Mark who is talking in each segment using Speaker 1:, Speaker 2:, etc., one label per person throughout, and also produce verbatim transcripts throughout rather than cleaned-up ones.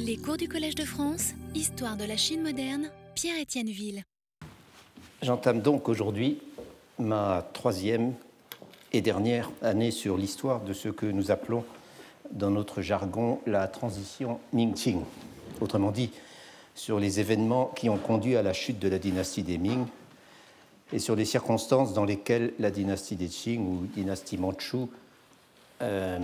Speaker 1: Les cours du Collège de France, Histoire de la Chine moderne, Pierre-Étienne Ville.
Speaker 2: J'entame donc aujourd'hui ma troisième et dernière année sur l'histoire de ce que nous appelons dans notre jargon la transition Ming-Qing. Autrement dit, sur les événements qui ont conduit à la chute de la dynastie des Ming et sur les circonstances dans lesquelles la dynastie des Qing ou dynastie mandchoue euh,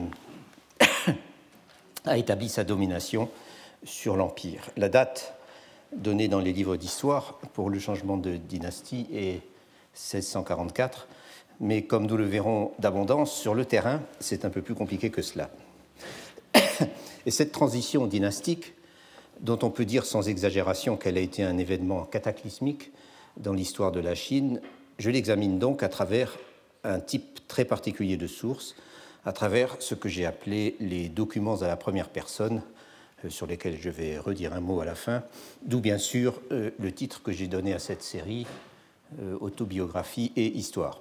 Speaker 2: a établi sa domination sur l'Empire. La date donnée dans les livres d'histoire pour le changement de dynastie est seize cent quarante-quatre, mais comme nous le verrons d'abondance, sur le terrain, c'est un peu plus compliqué que cela. Et cette transition dynastique, dont on peut dire sans exagération qu'elle a été un événement cataclysmique dans l'histoire de la Chine, je l'examine donc à travers un type très particulier de sources, à travers ce que j'ai appelé les documents à la première personne, sur lesquels je vais redire un mot à la fin, d'où bien sûr euh, le titre que j'ai donné à cette série, euh, Autobiographie et Histoire.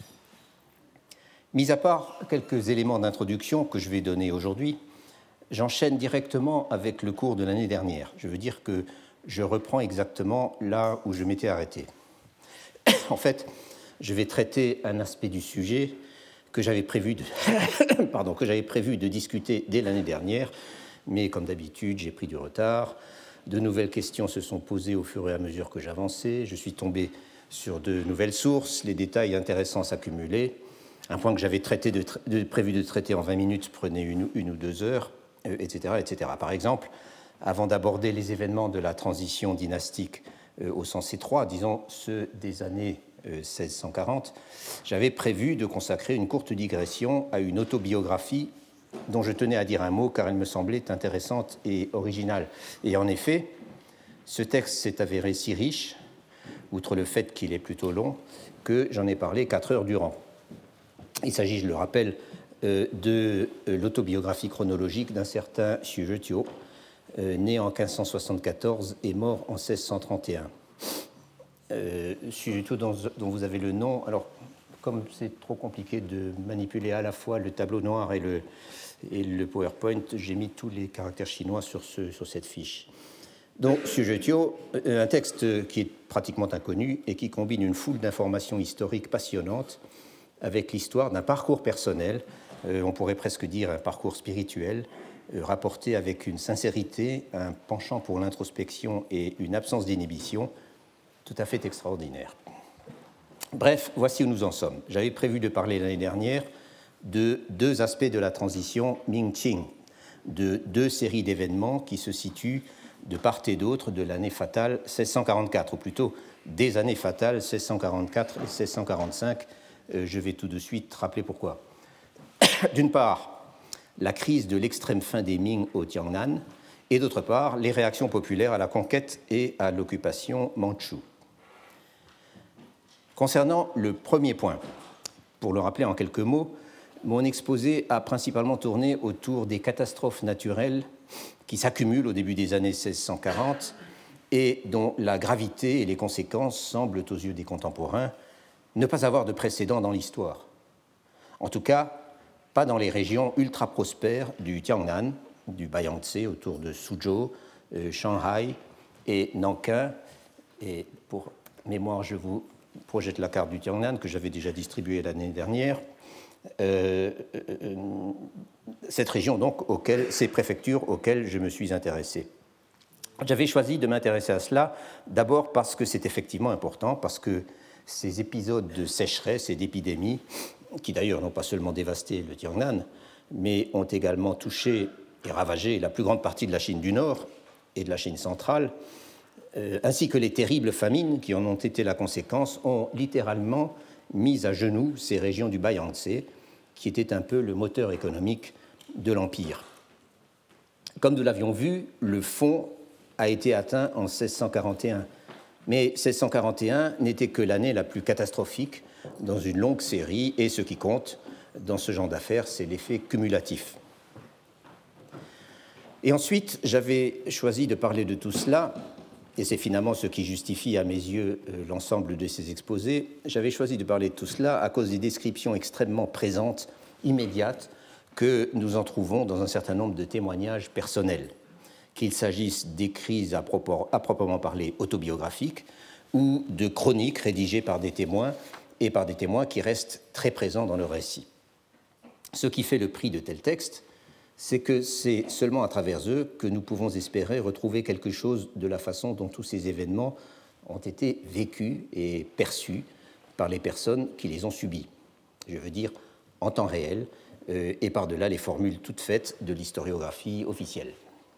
Speaker 2: Mis à part quelques éléments d'introduction que je vais donner aujourd'hui, j'enchaîne directement avec le cours de l'année dernière. Je veux dire que je reprends exactement là où je m'étais arrêté. En fait, je vais traiter un aspect du sujet que j'avais prévu de, pardon, que j'avais prévu de discuter dès l'année dernière, mais comme d'habitude, j'ai pris du retard. De nouvelles questions se sont posées au fur et à mesure que j'avançais. Je suis tombé sur de nouvelles sources, les détails intéressants s'accumulaient. Un point que j'avais traité de, de, prévu de traiter en vingt minutes prenait une, une ou deux heures, euh, et cetera, et cetera. Par exemple, avant d'aborder les événements de la transition dynastique euh, au sens étroit, disons ceux des années euh, seize cent quarante, j'avais prévu de consacrer une courte digression à une autobiographie dont je tenais à dire un mot car elle me semblait intéressante et originale. Et en effet, ce texte s'est avéré si riche, outre le fait qu'il est plutôt long, que j'en ai parlé quatre heures durant. Il s'agit, je le rappelle, euh, de euh, l'autobiographie chronologique d'un certain Xu Zhetio, euh, né en quinze cent soixante-quatorze et mort en seize cent trente et un. Euh, Xu Zhetio dont, dont vous avez le nom, alors comme c'est trop compliqué de manipuler à la fois le tableau noir et le, et le PowerPoint, j'ai mis tous les caractères chinois sur, ce, sur cette fiche. Donc, Xu Zhetio, un texte qui est pratiquement inconnu et qui combine une foule d'informations historiques passionnantes avec l'histoire d'un parcours personnel, euh, on pourrait presque dire un parcours spirituel, euh, rapporté avec une sincérité, un penchant pour l'introspection et une absence d'inhibition tout à fait extraordinaire. Bref, voici où nous en sommes. J'avais prévu de parler l'année dernière de deux aspects de la transition Ming-Qing, de deux séries d'événements qui se situent de part et d'autre de l'année fatale seize cent quarante-quatre, ou plutôt des années fatales seize cent quarante-quatre et seize cent quarante-cinq. Euh, je vais tout de suite rappeler pourquoi. D'une part, la crise de l'extrême fin des Ming au Tiangnan, et d'autre part, les réactions populaires à la conquête et à l'occupation mandchoue. Concernant le premier point, pour le rappeler en quelques mots, mon exposé a principalement tourné autour des catastrophes naturelles qui s'accumulent au début des années seize cent quarante et dont la gravité et les conséquences semblent, aux yeux des contemporains, ne pas avoir de précédent dans l'histoire. En tout cas, pas dans les régions ultra-prospères du Tiangnan, du Bayangtze autour de Suzhou, euh, Shanghai et Nankin. Et pour mémoire, je vous projette la carte du Tiangnan que j'avais déjà distribuée l'année dernière. Euh, euh, cette région, donc, auquel, ces préfectures auxquelles je me suis intéressé. J'avais choisi de m'intéresser à cela d'abord parce que c'est effectivement important, parce que ces épisodes de sécheresse et d'épidémie, qui d'ailleurs n'ont pas seulement dévasté le Tiangnan, mais ont également touché et ravagé la plus grande partie de la Chine du Nord et de la Chine centrale, euh, ainsi que les terribles famines qui en ont été la conséquence, ont littéralement mis à genoux ces régions du Bayangtze, qui étaient un peu le moteur économique de l'Empire. Comme nous l'avions vu, le fond a été atteint en seize cent quarante et un. Mais seize cent quarante et un n'était que l'année la plus catastrophique dans une longue série, et ce qui compte dans ce genre d'affaires, c'est l'effet cumulatif. Et ensuite, j'avais choisi de parler de tout cela, et c'est finalement ce qui justifie à mes yeux l'ensemble de ces exposés. J'avais choisi de parler de tout cela à cause des descriptions extrêmement présentes, immédiates, que nous en trouvons dans un certain nombre de témoignages personnels, qu'il s'agisse d'écrits à, à proprement parler autobiographiques ou de chroniques rédigées par des témoins et par des témoins qui restent très présents dans le récit. Ce qui fait le prix de tels textes, c'est que c'est seulement à travers eux que nous pouvons espérer retrouver quelque chose de la façon dont tous ces événements ont été vécus et perçus par les personnes qui les ont subis. Je veux dire en temps réel, euh, et par-delà les formules toutes faites de l'historiographie officielle.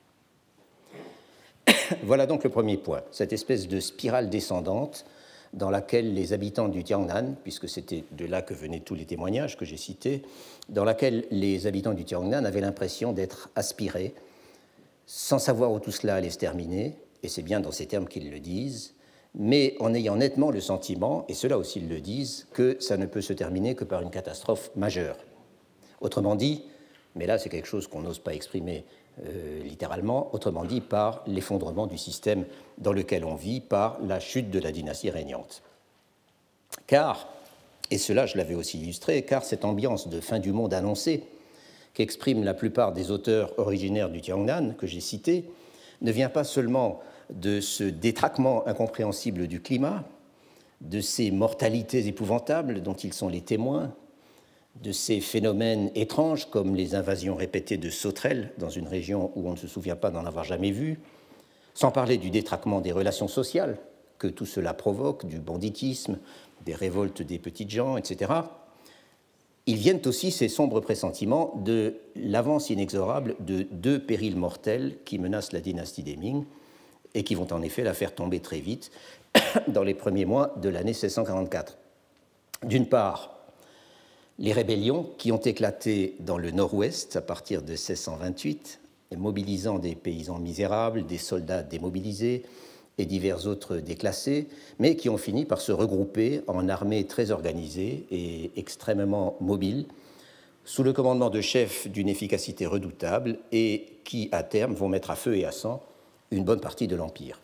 Speaker 2: Voilà donc le premier point, cette espèce de spirale descendante dans laquelle les habitants du Tiangnan, puisque c'était de là que venaient tous les témoignages que j'ai cités, dans laquelle les habitants du Tiangnan avaient l'impression d'être aspirés, sans savoir où tout cela allait se terminer, et c'est bien dans ces termes qu'ils le disent, mais en ayant nettement le sentiment, et cela aussi ils le disent, que ça ne peut se terminer que par une catastrophe majeure. Autrement dit, mais là c'est quelque chose qu'on n'ose pas exprimer euh, littéralement, autrement dit par l'effondrement du système dans lequel on vit, par la chute de la dynastie régnante. Car, et cela je l'avais aussi illustré, car cette ambiance de fin du monde annoncée qu'expriment la plupart des auteurs originaires du Tiangnan que j'ai cités ne vient pas seulement de ce détraquement incompréhensible du climat, de ces mortalités épouvantables dont ils sont les témoins, de ces phénomènes étranges comme les invasions répétées de sauterelles dans une région où on ne se souvient pas d'en avoir jamais vu, sans parler du détraquement des relations sociales que tout cela provoque, du banditisme, des révoltes des petites gens, et cetera. Ils viennent aussi ces sombres pressentiments de l'avance inexorable de deux périls mortels qui menacent la dynastie des Ming et qui vont en effet la faire tomber très vite dans les premiers mois de l'année seize cent quarante-quatre. D'une part, les rébellions qui ont éclaté dans le nord-ouest à partir de seize cent vingt-huit, mobilisant des paysans misérables, des soldats démobilisés et divers autres déclassés, mais qui ont fini par se regrouper en armées très organisées et extrêmement mobiles, sous le commandement de chefs d'une efficacité redoutable et qui, à terme, vont mettre à feu et à sang une bonne partie de l'Empire.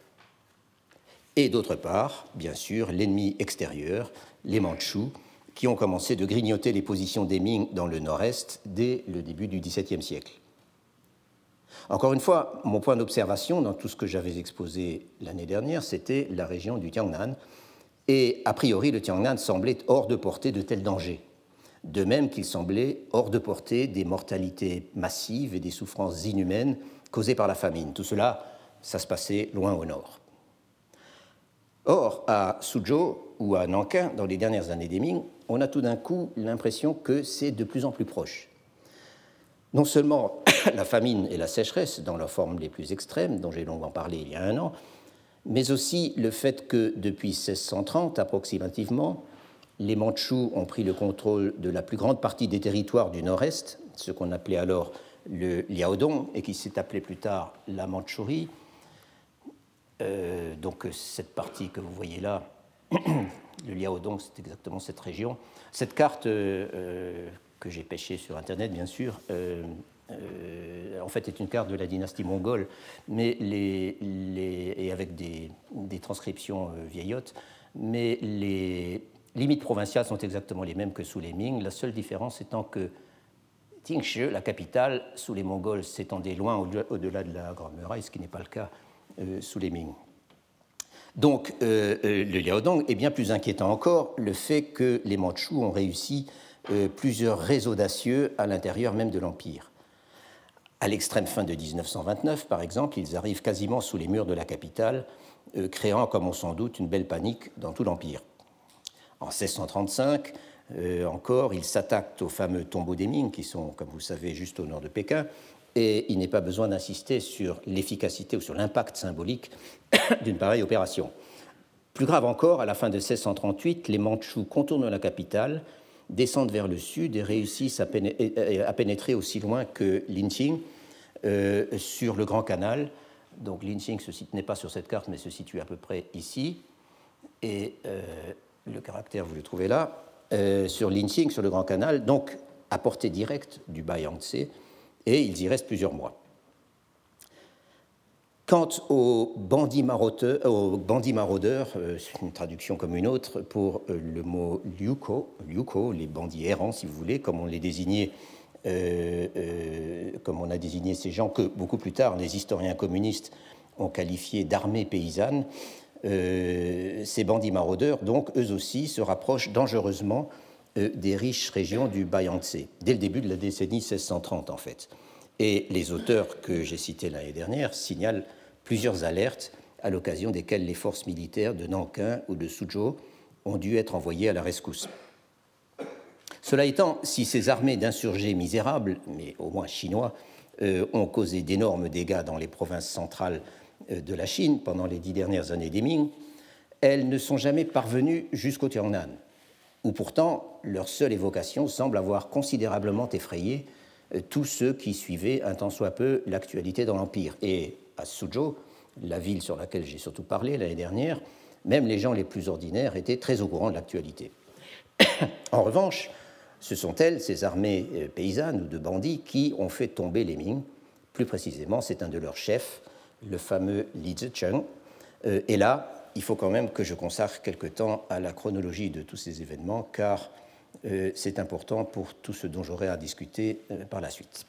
Speaker 2: Et d'autre part, bien sûr, l'ennemi extérieur, les Mandchous, qui ont commencé de grignoter les positions des Ming dans le nord-est dès le début du dix-septième siècle. Encore une fois, mon point d'observation dans tout ce que j'avais exposé l'année dernière, c'était la région du Tiangnan, et a priori, le Tiangnan semblait hors de portée de tels dangers, de même qu'il semblait hors de portée des mortalités massives et des souffrances inhumaines causées par la famine. Tout cela, ça se passait loin au nord. Or, à Suzhou ou à Nankin, dans les dernières années des Ming, on a tout d'un coup l'impression que c'est de plus en plus proche. Non seulement la famine et la sécheresse, dans leurs formes les plus extrêmes, dont j'ai longuement parlé il y a un an, mais aussi le fait que depuis seize cent trente approximativement, les Mandchous ont pris le contrôle de la plus grande partie des territoires du nord-est, ce qu'on appelait alors le Liaodong et qui s'est appelé plus tard la Mandchourie. Euh, donc cette partie que vous voyez là, le Liaodong, c'est exactement cette région. Cette carte euh, que j'ai pêchée sur Internet, bien sûr, euh, euh, en fait est une carte de la dynastie mongole, mais les, les, et avec des, des transcriptions euh, vieillottes, mais les limites provinciales sont exactement les mêmes que sous les Ming, la seule différence étant que Tingshe, la capitale, sous les Mongols, s'étendait loin au-delà de la Grande Muraille, ce qui n'est pas le cas euh, sous les Ming. Donc, euh, euh, le Liaodong est bien plus inquiétant encore, le fait que les Mandchous ont réussi euh, plusieurs réseaux dacieux à l'intérieur même de l'Empire. À l'extrême fin de dix-neuf cent vingt-neuf, par exemple, ils arrivent quasiment sous les murs de la capitale, euh, créant, comme on s'en doute, une belle panique dans tout l'Empire. En seize cent trente-cinq, euh, encore, ils s'attaquent aux fameux tombeaux des Ming, qui sont, comme vous le savez, juste au nord de Pékin, et il n'est pas besoin d'insister sur l'efficacité ou sur l'impact symbolique d'une pareille opération. Plus grave encore, à la fin de seize cent trente-huit, les Mandchous contournent la capitale, descendent vers le sud et réussissent à pénétrer aussi loin que Linqing euh, sur le Grand Canal. Donc Linqing n'est pas sur cette carte, mais se situe à peu près ici. Et euh, le caractère, vous le trouvez là, euh, sur Linqing, sur le Grand Canal, donc à portée directe du bas Yangtze, et ils y restent plusieurs mois. Quant aux bandits maraudeurs, aux bandits maraudeurs euh, c'est une traduction comme une autre pour euh, le mot liuko, liuko, les bandits errants, si vous voulez, comme on les désignait euh, euh, comme on a désigné ces gens, que beaucoup plus tard les historiens communistes ont qualifiés d'armées paysannes, euh, ces bandits maraudeurs, donc, eux aussi, se rapprochent dangereusement euh, des riches régions du Bas-Yangtze, dès le début de la décennie seize cent trente, en fait. Et les auteurs que j'ai cités l'année dernière signalent plusieurs alertes à l'occasion desquelles les forces militaires de Nankin ou de Suzhou ont dû être envoyées à la rescousse. Cela étant, si ces armées d'insurgés misérables, mais au moins chinois, euh, ont causé d'énormes dégâts dans les provinces centrales euh, de la Chine pendant les dix dernières années des Ming, elles ne sont jamais parvenues jusqu'au Tiangnan, où pourtant leur seule évocation semble avoir considérablement effrayé euh, tous ceux qui suivaient un tant soit peu l'actualité dans l'Empire. Et à Suzhou, la ville sur laquelle j'ai surtout parlé l'année dernière, même les gens les plus ordinaires étaient très au courant de l'actualité. En revanche, ce sont elles, ces armées paysannes ou de bandits, qui ont fait tomber les Ming. Plus précisément, c'est un de leurs chefs, le fameux Li Zicheng. Euh, et là, il faut quand même que je consacre quelque temps à la chronologie de tous ces événements, car euh, c'est important pour tout ce dont j'aurai à discuter euh, par la suite.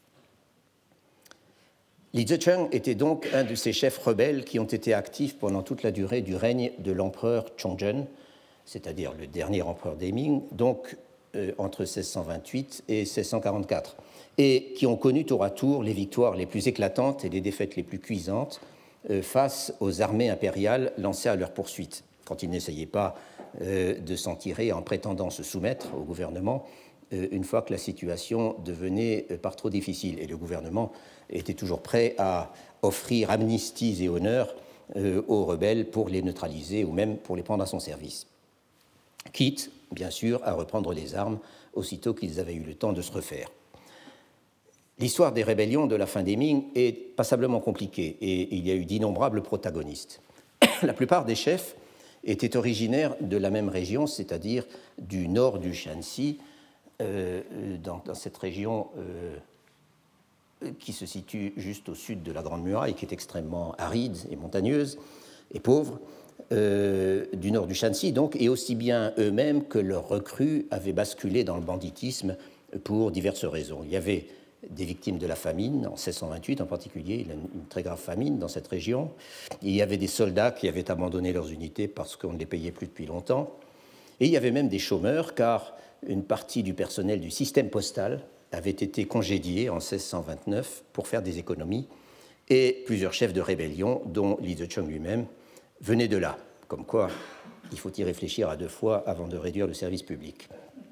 Speaker 2: Li Zicheng était donc un de ces chefs rebelles qui ont été actifs pendant toute la durée du règne de l'empereur Chongzhen, c'est-à-dire le dernier empereur des Ming, donc euh, entre seize cent vingt-huit et seize cent quarante-quatre, et qui ont connu tour à tour les victoires les plus éclatantes et les défaites les plus cuisantes euh, face aux armées impériales lancées à leur poursuite, quand ils n'essayaient pas euh, de s'en tirer en prétendant se soumettre au gouvernement euh, une fois que la situation devenait euh, par trop difficile. Et le gouvernement était toujours prêt à offrir amnisties et honneurs euh, aux rebelles pour les neutraliser ou même pour les prendre à son service, quitte, bien sûr, à reprendre les armes aussitôt qu'ils avaient eu le temps de se refaire. L'histoire des rébellions de la fin des Ming est passablement compliquée et il y a eu d'innombrables protagonistes. La plupart des chefs étaient originaires de la même région, c'est-à-dire du nord du Shanxi, euh, dans, dans cette région euh, qui se situe juste au sud de la Grande Muraille, qui est extrêmement aride et montagneuse et pauvre, euh, du nord du Shanxi, donc, et aussi bien eux-mêmes que leurs recrues avaient basculé dans le banditisme pour diverses raisons. Il y avait des victimes de la famine, en seize cent vingt-huit en particulier, il y a une, une très grave famine dans cette région. Il y avait des soldats qui avaient abandonné leurs unités parce qu'on ne les payait plus depuis longtemps. Et il y avait même des chômeurs, car une partie du personnel du système postal avait été congédié en seize cent vingt-neuf pour faire des économies, et plusieurs chefs de rébellion, dont Li Zicheng lui-même, venaient de là. Comme quoi, il faut y réfléchir à deux fois avant de réduire le service public.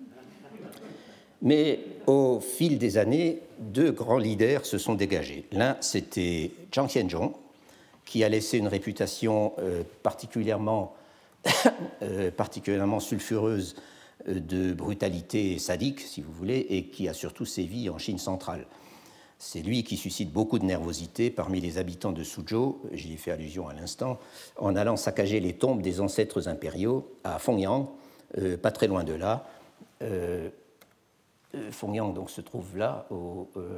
Speaker 2: Mais au fil des années, deux grands leaders se sont dégagés. L'un, c'était Zhang Xianzhong, qui a laissé une réputation euh, particulièrement, euh, particulièrement sulfureuse euh, de brutalité sadique, si vous voulez, et qui a surtout sévi en Chine centrale. C'est lui qui suscite beaucoup de nervosité parmi les habitants de Suzhou, j'y ai fait allusion à l'instant, en allant saccager les tombes des ancêtres impériaux à Fongyang, euh, pas très loin de là. Euh, Fongyang donc, se trouve là, au, euh,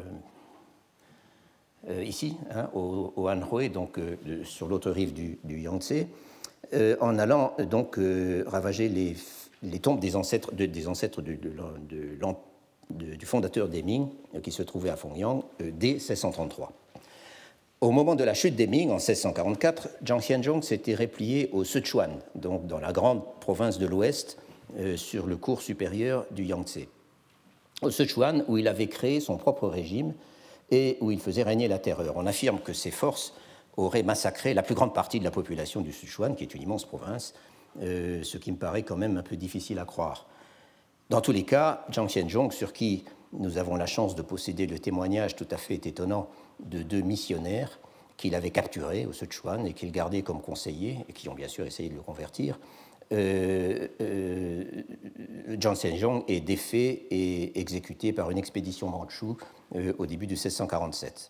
Speaker 2: euh, ici, hein, au, au Anhui, donc euh, sur l'autre rive du, du Yangtze, euh, en allant donc euh, ravager les, les tombes des ancêtres, de, des ancêtres de, de, de, de, du fondateur des Ming, euh, qui se trouvait à Fongyang, euh, dès seize cent trente-trois. Au moment de la chute des Ming, en seize cent quarante-quatre, Zhang Xianzhong s'était replié au Sichuan, donc dans la grande province de l'Ouest, euh, sur le cours supérieur du Yangtze. Au Sichuan, où il avait créé son propre régime et où il faisait régner la terreur. On affirme que ses forces auraient massacré la plus grande partie de la population du Sichuan, qui est une immense province, euh, ce qui me paraît quand même un peu difficile à croire. Dans tous les cas, Zhang Xianzhong, sur qui nous avons la chance de posséder le témoignage tout à fait étonnant de deux missionnaires qu'il avait capturés au Sichuan et qu'il gardait comme conseillers, et qui ont bien sûr essayé de le convertir, Euh, euh, Zhang Xianzhong est défait et exécuté par une expédition mandchoue euh, au début de seize cent quarante-sept.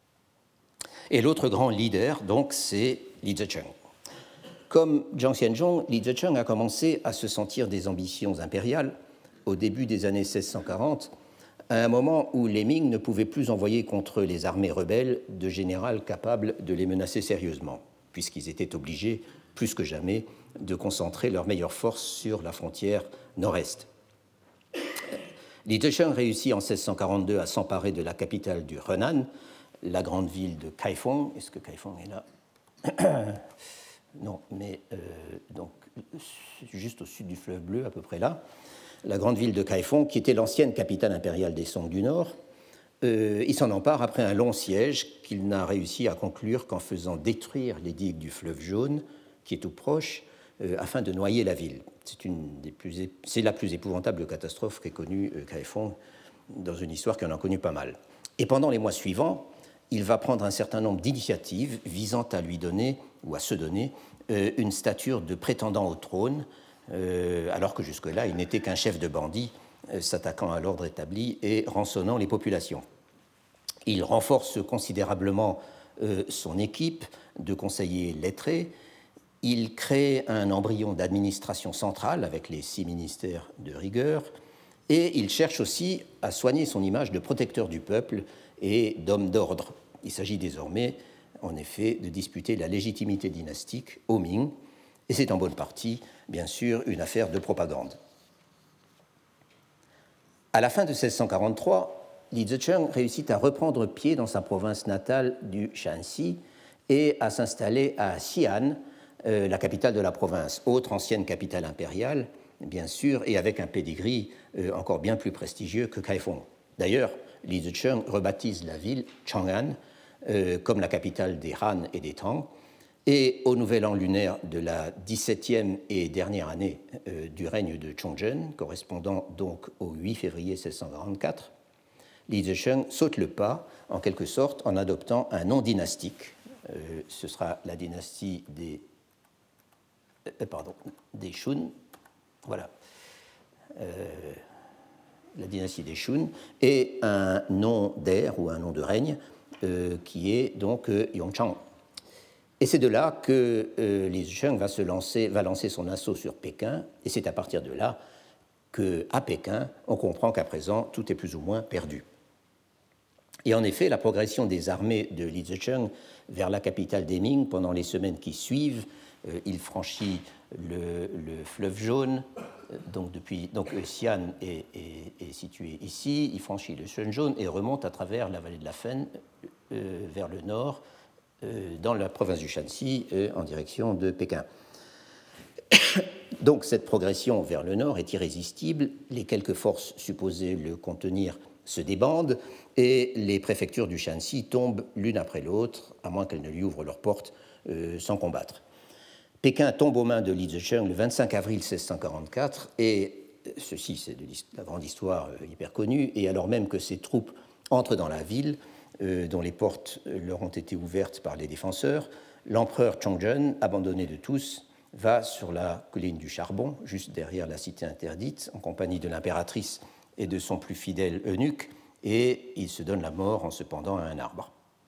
Speaker 2: Et l'autre grand leader, donc, c'est Li Zicheng. Comme Zhang Xianzhong, Li Zicheng a commencé à se sentir des ambitions impériales au début des années seize cent quarante, à un moment où les Ming ne pouvaient plus envoyer contre les armées rebelles de généraux capables de les menacer sérieusement, puisqu'ils étaient obligés, plus que jamais, de concentrer leurs meilleures forces sur la frontière nord-est. Li Zhesheng réussit en seize cent quarante-deux à s'emparer de la capitale du Henan, la grande ville de Kaifeng. Est-ce que Kaifeng est là? Non, mais euh, donc, juste au sud du fleuve Bleu, à peu près là, la grande ville de Kaifeng, qui était l'ancienne capitale impériale des Song du Nord. Euh, il s'en empare après un long siège qu'il n'a réussi à conclure qu'en faisant détruire les digues du fleuve Jaune, qui est tout proche, euh, afin de noyer la ville. C'est, une des plus, c'est la plus épouvantable catastrophe qu'ait connue euh, Kaifeng dans une histoire qui en a connu pas mal. Et pendant les mois suivants, il va prendre un certain nombre d'initiatives visant à lui donner, ou à se donner, euh, une stature de prétendant au trône, euh, alors que jusque-là, il n'était qu'un chef de bandits, euh, s'attaquant à l'ordre établi et rançonnant les populations. Il renforce considérablement euh, son équipe de conseillers lettrés. Il crée un embryon d'administration centrale avec les six ministères de rigueur, et il cherche aussi à soigner son image de protecteur du peuple et d'homme d'ordre. Il s'agit désormais, en effet, de disputer la légitimité dynastique aux Ming, et c'est en bonne partie, bien sûr, une affaire de propagande. À la fin de seize cent quarante-trois, Li Zhesheng réussit à reprendre pied dans sa province natale du Shanxi et à s'installer à Xi'an, euh, la capitale de la province, autre ancienne capitale impériale, bien sûr, et avec un pedigree euh, encore bien plus prestigieux que Kaifeng. D'ailleurs, Li Zhesheng rebaptise la ville Chang'an, euh, comme la capitale des Han et des Tang, et au nouvel an lunaire de la dix-septième et dernière année euh, du règne de Chongzhen, correspondant donc au huit février seize cent quarante-quatre, Li Zhesheng saute le pas, en quelque sorte, en adoptant un nom dynastique. Euh, ce sera la dynastie des, euh, pardon, des Shun, voilà, euh, la dynastie des Shun, et un nom d'ère ou un nom de règne euh, qui est donc euh, Yongchang. Et c'est de là que euh, Li Zhesheng va, se lancer, va lancer son assaut sur Pékin, et c'est à partir de là qu'à Pékin, on comprend qu'à présent, tout est plus ou moins perdu. Et en effet, la progression des armées de Li Zhesheng vers la capitale des Ming pendant les semaines qui suivent, euh, il franchit le, le fleuve Jaune, donc, depuis, donc Xi'an est, est, est situé ici, il franchit le fleuve Jaune et remonte à travers la vallée de la Fen euh, vers le nord, euh, dans la province du Shanxi, euh, en direction de Pékin. Donc cette progression vers le nord est irrésistible, les quelques forces supposées le contenir se débandent et les préfectures du Shanxi tombent l'une après l'autre, à moins qu'elles ne lui ouvrent leurs portes euh, sans combattre. Pékin tombe aux mains de Li Zhesheng le vingt-cinq avril seize cent quarante-quatre, et ceci c'est de la grande histoire hyper connue, et alors même que ses troupes entrent dans la ville, euh, dont les portes leur ont été ouvertes par les défenseurs, l'empereur Chongzhen, abandonné de tous, va sur la colline du Charbon, juste derrière la cité interdite, en compagnie de l'impératrice et de son plus fidèle eunuque, et il se donne la mort en se pendant à un arbre.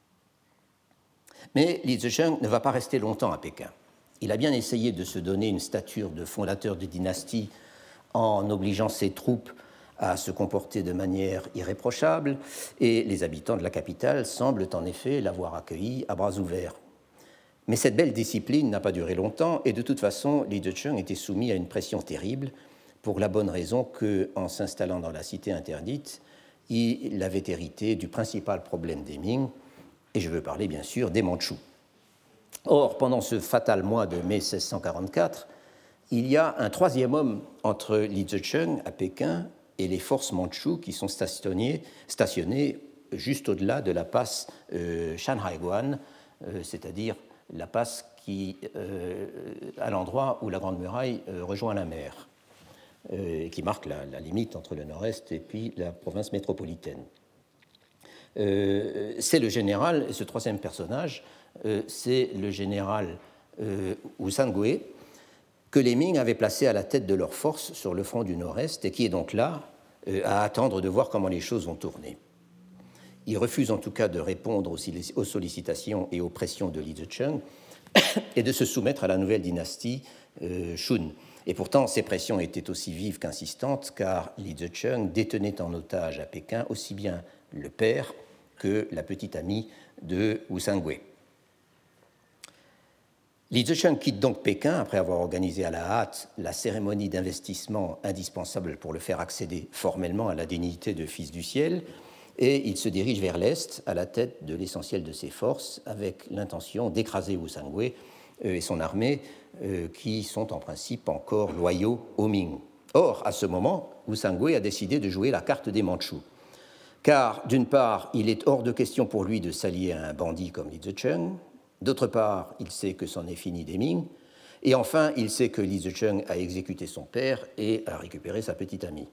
Speaker 2: Mais Li Zhesheng ne va pas rester longtemps à Pékin. Il a bien essayé de se donner une stature de fondateur de dynastie en obligeant ses troupes à se comporter de manière irréprochable, et les habitants de la capitale semblent en effet l'avoir accueilli à bras ouverts. Mais cette belle discipline n'a pas duré longtemps, et de toute façon, Li Zhesheng était soumis à une pression terrible, pour la bonne raison qu'en s'installant dans la cité interdite, il avait hérité du principal problème des Ming, et je veux parler bien sûr des Mandchous. Or, pendant ce fatal mois de mai seize cent quarante-quatre, il y a un troisième homme entre Li Zhesheng à Pékin et les forces mandchoues qui sont stationnées, stationnées juste au-delà de la passe euh, Shanhaiguan, euh, c'est-à-dire la passe qui, euh, à l'endroit où la Grande Muraille euh, rejoint la mer, euh, qui marque la, la limite entre le nord-est et puis la province métropolitaine. Euh, c'est le général, ce troisième personnage, euh, c'est le général euh, Wu Sangui, que les Ming avaient placé à la tête de leurs forces sur le front du nord-est et qui est donc là euh, à attendre de voir comment les choses vont tourner. Il refuse en tout cas de répondre aux sollicitations et aux pressions de Li Zhesheng et de se soumettre à la nouvelle dynastie euh, Shun. Et pourtant, ces pressions étaient aussi vives qu'insistantes, car Li Zhesheng détenait en otage à Pékin aussi bien le père que la petite amie de Wu Sangui. Li Zicheng quitte donc Pékin après avoir organisé à la hâte la cérémonie d'investissement indispensable pour le faire accéder formellement à la dignité de fils du ciel, et il se dirige vers l'Est à la tête de l'essentiel de ses forces avec l'intention d'écraser Wu Sangui et son armée qui sont en principe encore loyaux aux Ming. Or, à ce moment, Wu Sangui a décidé de jouer la carte des Mandchous. Car, d'une part, il est hors de question pour lui de s'allier à un bandit comme Li Zicheng. D'autre part, il sait que c'en est fini des Ming. Et enfin, il sait que Li Zicheng a exécuté son père et a récupéré sa petite amie.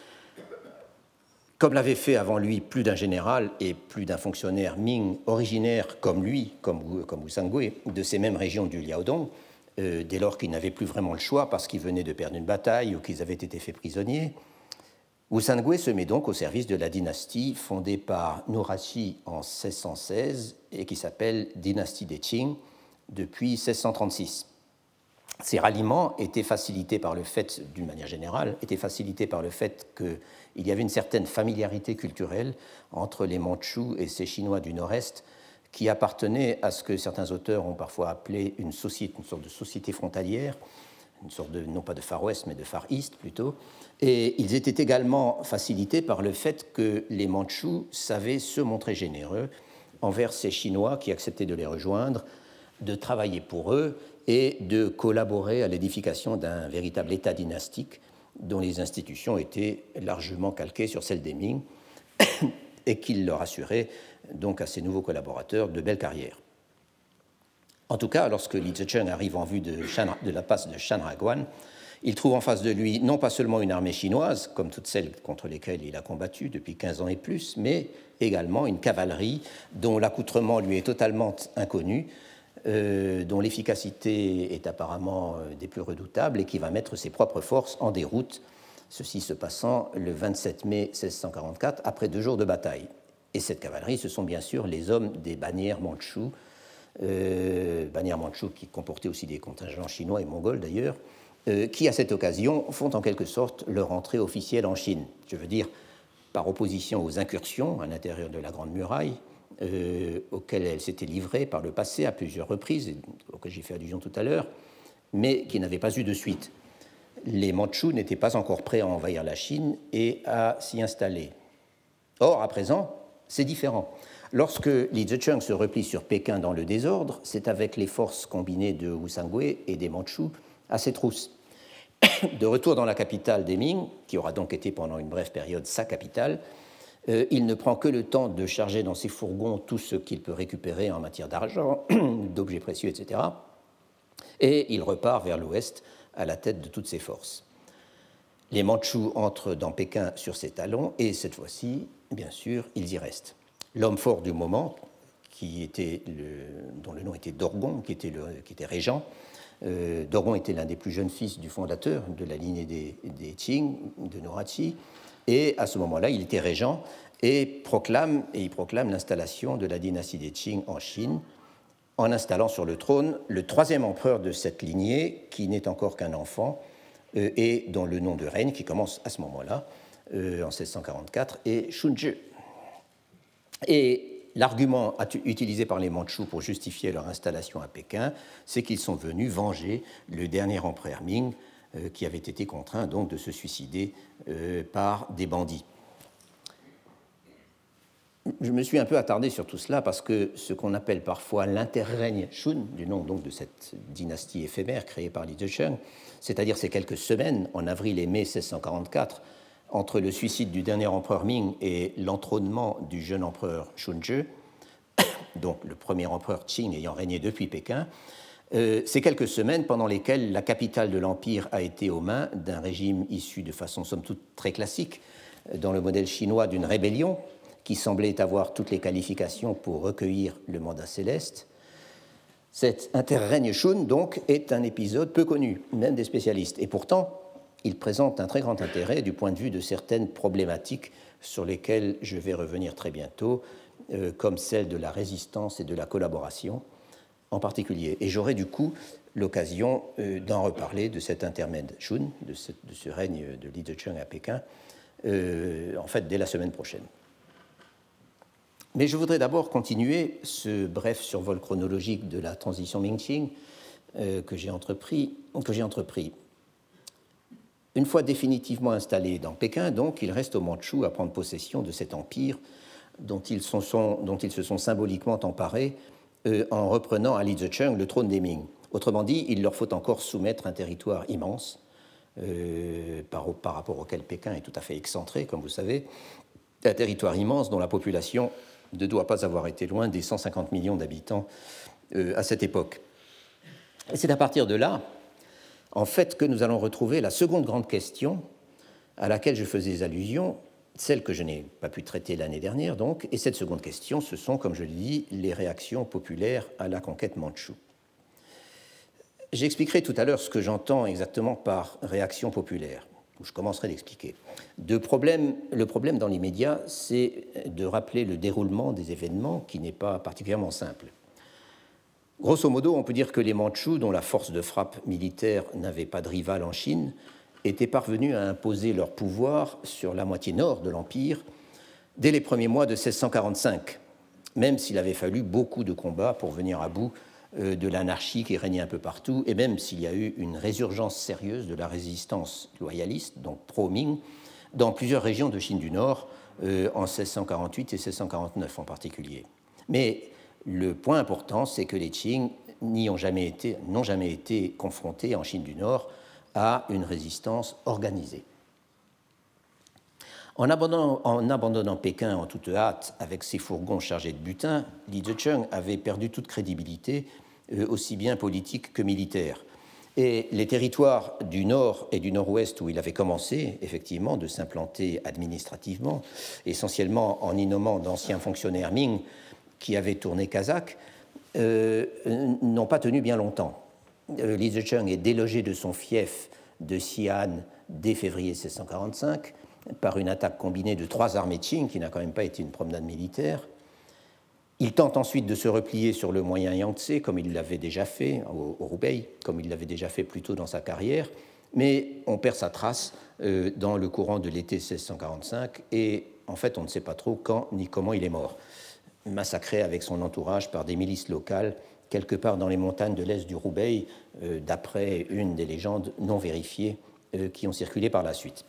Speaker 2: Comme l'avait fait avant lui plus d'un général et plus d'un fonctionnaire Ming originaire comme lui, comme, comme Wu Sangui, de ces mêmes régions du Liaodong, euh, dès lors qu'ils n'avaient plus vraiment le choix parce qu'ils venaient de perdre une bataille ou qu'ils avaient été faits prisonniers, Wu Sangui se met donc au service de la dynastie fondée par Nurhaci en seize cent seize et qui s'appelle dynastie des Qing depuis seize cent trente-six. Ces ralliements étaient facilités par le fait, d'une manière générale, étaient facilités par le fait qu'il y avait une certaine familiarité culturelle entre les Mandchous et ces Chinois du Nord-Est qui appartenaient à ce que certains auteurs ont parfois appelé une, société, une sorte de société frontalière, une sorte de, non pas de Far West, mais de Far East plutôt. Et ils étaient également facilités par le fait que les Mandchous savaient se montrer généreux envers ces Chinois qui acceptaient de les rejoindre, de travailler pour eux et de collaborer à l'édification d'un véritable État dynastique dont les institutions étaient largement calquées sur celles des Ming et qui leur assuraient donc à ces nouveaux collaborateurs de belles carrières. En tout cas, lorsque Li Zicheng arrive en vue de, Shan, de la passe de Shanhaiguan, il trouve en face de lui non pas seulement une armée chinoise, comme toutes celles contre lesquelles il a combattu depuis quinze ans et plus, mais également une cavalerie dont l'accoutrement lui est totalement inconnu, euh, dont l'efficacité est apparemment des plus redoutables et qui va mettre ses propres forces en déroute, ceci se passant le vingt-sept mai seize cent quarante-quatre, après deux jours de bataille. Et cette cavalerie, ce sont bien sûr les hommes des bannières mandchous, Euh, bannières mandchous qui comportaient aussi des contingents chinois et mongols d'ailleurs, euh, qui à cette occasion font en quelque sorte leur entrée officielle en Chine. Je veux dire, par opposition aux incursions à l'intérieur de la Grande Muraille, euh, auxquelles elles s'étaient livrées par le passé à plusieurs reprises, auxquelles j'ai fait allusion tout à l'heure, mais qui n'avaient pas eu de suite. Les Mandchous n'étaient pas encore prêts à envahir la Chine et à s'y installer. Or, à présent, c'est différent. Lorsque Li Zicheng se replie sur Pékin dans le désordre, c'est avec les forces combinées de Wu Sangui et des Mandchous à ses trousses. De retour dans la capitale des Ming, qui aura donc été pendant une brève période sa capitale, euh, il ne prend que le temps de charger dans ses fourgons tout ce qu'il peut récupérer en matière d'argent, d'objets précieux, et cetera. Et il repart vers l'ouest à la tête de toutes ses forces. Les Mandchous entrent dans Pékin sur ses talons et cette fois-ci, bien sûr, ils y restent. L'homme fort du moment, qui était le, dont le nom était Dorgon, qui était, le, qui était régent, euh, Dorgon était l'un des plus jeunes fils du fondateur de la lignée des, des Qing, de Nurhaci, et à ce moment-là, il était régent et proclame, et il proclame l'installation de la dynastie des Qing en Chine, en installant sur le trône le troisième empereur de cette lignée, qui n'est encore qu'un enfant, euh, et dont le nom de règne, qui commence à ce moment-là, euh, en seize cent quarante-quatre, est Shunzhi. Et l'argument utilisé par les Mandchous pour justifier leur installation à Pékin, c'est qu'ils sont venus venger le dernier empereur Ming, euh, qui avait été contraint donc de se suicider euh, par des bandits. Je me suis un peu attardé sur tout cela parce que ce qu'on appelle parfois l'interrègne Shun, du nom donc de cette dynastie éphémère créée par Li Zicheng, c'est-à-dire ces quelques semaines, en avril et mai seize cent quarante-quatre, entre le suicide du dernier empereur Ming et l'entrônement du jeune empereur Shunzhi, donc le premier empereur Qing ayant régné depuis Pékin, euh, ces quelques semaines pendant lesquelles la capitale de l'Empire a été aux mains d'un régime issu de façon somme toute très classique, dans le modèle chinois d'une rébellion qui semblait avoir toutes les qualifications pour recueillir le mandat céleste. Cet interrègne Shun, donc, est un épisode peu connu, même des spécialistes. Et pourtant, il présente un très grand intérêt du point de vue de certaines problématiques sur lesquelles je vais revenir très bientôt, euh, comme celle de la résistance et de la collaboration en particulier. Et j'aurai du coup l'occasion euh, d'en reparler de cet intermède Shun, de ce, de ce règne de Li Zicheng à Pékin, euh, en fait dès la semaine prochaine. Mais je voudrais d'abord continuer ce bref survol chronologique de la transition Ming-Qing euh, que j'ai entrepris, que j'ai entrepris. Une fois définitivement installés dans Pékin, donc, il reste aux Mandchous à prendre possession de cet empire dont ils, sont, sont, dont ils se sont symboliquement emparés euh, en reprenant à Li Zicheng le trône des Ming. Autrement dit, il leur faut encore soumettre un territoire immense, euh, par, par rapport auquel Pékin est tout à fait excentré, comme vous savez, un territoire immense dont la population ne doit pas avoir été loin des cent cinquante millions d'habitants euh, à cette époque. Et c'est à partir de là, en fait, que nous allons retrouver la seconde grande question à laquelle je faisais allusion, celle que je n'ai pas pu traiter l'année dernière, donc, et cette seconde question, ce sont, comme je l'ai dit, les réactions populaires à la conquête mandchoue. J'expliquerai tout à l'heure ce que j'entends exactement par réaction populaire. Je commencerai à l'expliquer. Le problème dans l'immédiat, c'est de rappeler le déroulement des événements qui n'est pas particulièrement simple. Grosso modo, on peut dire que les Mandchous, dont la force de frappe militaire n'avait pas de rival en Chine, étaient parvenus à imposer leur pouvoir sur la moitié nord de l'Empire dès les premiers mois de seize cent quarante-cinq, même s'il avait fallu beaucoup de combats pour venir à bout de l'anarchie qui régnait un peu partout, et même s'il y a eu une résurgence sérieuse de la résistance loyaliste, donc pro-Ming, dans plusieurs régions de Chine du Nord, euh, en seize cent quarante-huit et seize cent quarante-neuf en particulier. Mais le point important, c'est que les Qing n'y ont jamais été, n'ont jamais été confrontés en Chine du Nord à une résistance organisée. En abandonnant, en abandonnant Pékin en toute hâte avec ses fourgons chargés de butin, Li Zicheng avait perdu toute crédibilité, euh, aussi bien politique que militaire. Et les territoires du nord et du nord-ouest où il avait commencé, effectivement, de s'implanter administrativement, essentiellement en y nommant d'anciens fonctionnaires Ming qui avaient tourné kazakh, euh, n'ont pas tenu bien longtemps. Euh, Li Zicheng est délogé de son fief de Xi'an dès février seize cent quarante-cinq, par une attaque combinée de trois armées Qing, qui n'a quand même pas été une promenade militaire. Il tente ensuite de se replier sur le moyen Yangtze, comme il l'avait déjà fait, au, au Hubei, comme il l'avait déjà fait plus tôt dans sa carrière, mais on perd sa trace euh, dans le courant de l'été seize cent quarante-cinq, et en fait, on ne sait pas trop quand ni comment il est mort, massacré avec son entourage par des milices locales, quelque part dans les montagnes de l'est du Hubei, euh, d'après une des légendes non vérifiées euh, qui ont circulé par la suite.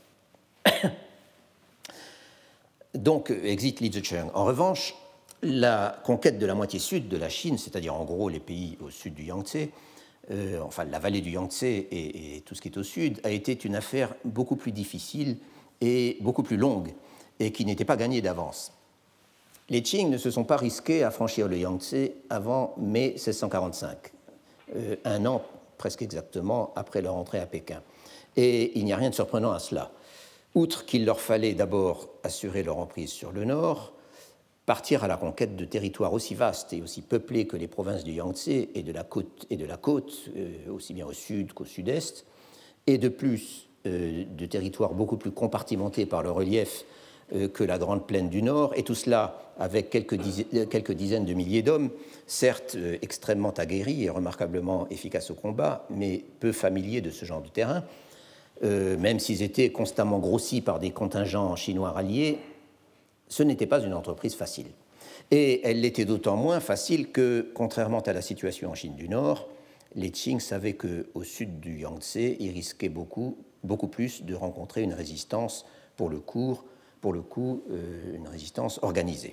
Speaker 2: Donc, exit Li Zicheng. En revanche, la conquête de la moitié sud de la Chine, c'est-à-dire en gros les pays au sud du Yangtze, euh, enfin la vallée du Yangtze et, et tout ce qui est au sud, a été une affaire beaucoup plus difficile et beaucoup plus longue, et qui n'était pas gagnée d'avance. Les Qing ne se sont pas risqués à franchir le Yangtze avant mai seize cent quarante-cinq, euh, un an presque exactement après leur entrée à Pékin. Et il n'y a rien de surprenant à cela. Outre qu'il leur fallait d'abord assurer leur emprise sur le nord, partir à la conquête de territoires aussi vastes et aussi peuplés que les provinces du Yangtze et de la côte, et de la côte euh, aussi bien au sud qu'au sud-est, et de plus euh, de territoires beaucoup plus compartimentés par le relief euh, que la grande plaine du Nord, et tout cela avec quelques dizaines, quelques dizaines de milliers d'hommes, certes euh, extrêmement aguerris et remarquablement efficaces au combat, mais peu familiers de ce genre de terrain. Euh, même s'ils étaient constamment grossis par des contingents chinois ralliés, ce n'était pas une entreprise facile. Et elle l'était d'autant moins facile que, contrairement à la situation en Chine du Nord, les Qing savaient qu'au sud du Yangtze, ils risquaient beaucoup, beaucoup plus de rencontrer une résistance, pour le coup, pour le coup euh, une résistance organisée.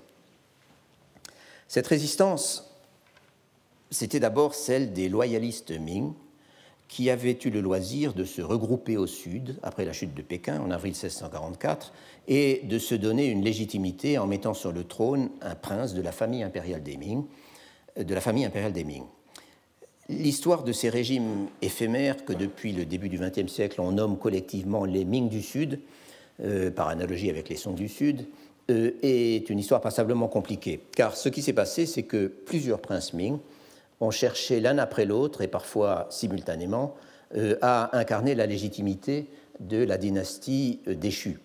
Speaker 2: Cette résistance, c'était d'abord celle des loyalistes Ming, qui avaient eu le loisir de se regrouper au sud, après la chute de Pékin, en avril seize cent quarante-quatre, et de se donner une légitimité en mettant sur le trône un prince de la famille impériale des Ming. De la famille impériale des Ming. L'histoire de ces régimes éphémères que depuis le début du vingtième siècle, on nomme collectivement les Ming du Sud, euh, par analogie avec les Song du Sud, euh, est une histoire passablement compliquée. Car ce qui s'est passé, c'est que plusieurs princes Ming ont cherché l'un après l'autre, et parfois simultanément, euh, à incarner la légitimité de la dynastie euh, déchue.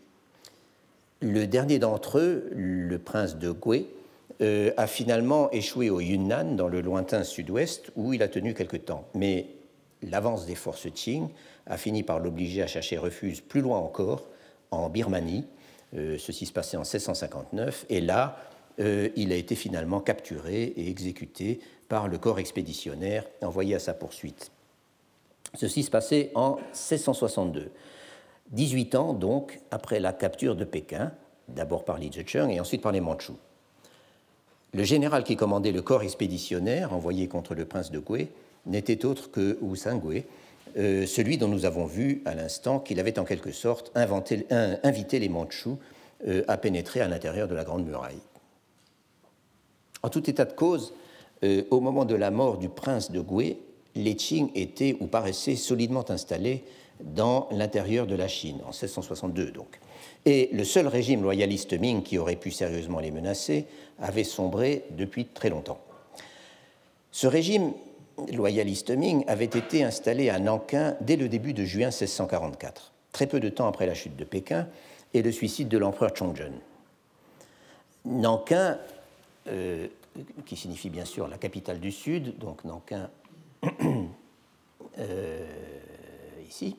Speaker 2: Le dernier d'entre eux, le prince de Gui, euh, a finalement échoué au Yunnan, dans le lointain sud-ouest, où il a tenu quelque temps. Mais l'avance des forces Qing a fini par l'obliger à chercher refuge plus loin encore, en Birmanie. Euh, ceci se passait en seize cent cinquante-neuf, et là, euh, il a été finalement capturé et exécuté par le corps expéditionnaire envoyé à sa poursuite. Ceci se passait en seize cent soixante-deux, dix-huit ans donc après la capture de Pékin, d'abord par Li Zicheng et ensuite par les Mandchous. Le général qui commandait le corps expéditionnaire envoyé contre le prince de Gui n'était autre que Wu Sangui, euh, celui dont nous avons vu à l'instant qu'il avait en quelque sorte inventé, un, invité les Mandchous euh, à pénétrer à l'intérieur de la Grande Muraille. En tout état de cause, euh, au moment de la mort du prince de Gui, les Qing étaient ou paraissaient solidement installés dans l'intérieur de la Chine, en seize cent soixante-deux donc. Et le seul régime loyaliste Ming qui aurait pu sérieusement les menacer avait sombré depuis très longtemps. Ce régime loyaliste Ming avait été installé à Nankin dès le début de juin seize cent quarante-quatre, très peu de temps après la chute de Pékin et le suicide de l'empereur Chongzhen. Nankin, euh, qui signifie bien sûr la capitale du Sud, donc Nankin euh, ici,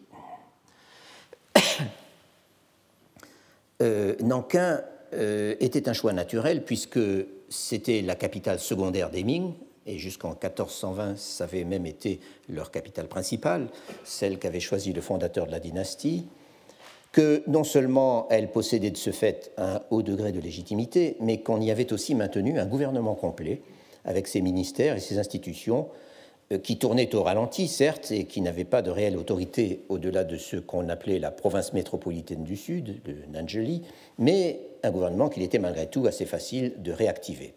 Speaker 2: Euh, Nankin euh, était un choix naturel puisque c'était la capitale secondaire des Ming et jusqu'en quatorze cent vingt, ça avait même été leur capitale principale, celle qu'avait choisie le fondateur de la dynastie, que non seulement elle possédait de ce fait un haut degré de légitimité, mais qu'on y avait aussi maintenu un gouvernement complet avec ses ministères et ses institutions qui tournaient au ralenti, certes, et qui n'avaient pas de réelle autorité au-delà de ce qu'on appelait la province métropolitaine du Sud, de Nanjali, mais un gouvernement qu'il était malgré tout assez facile de réactiver.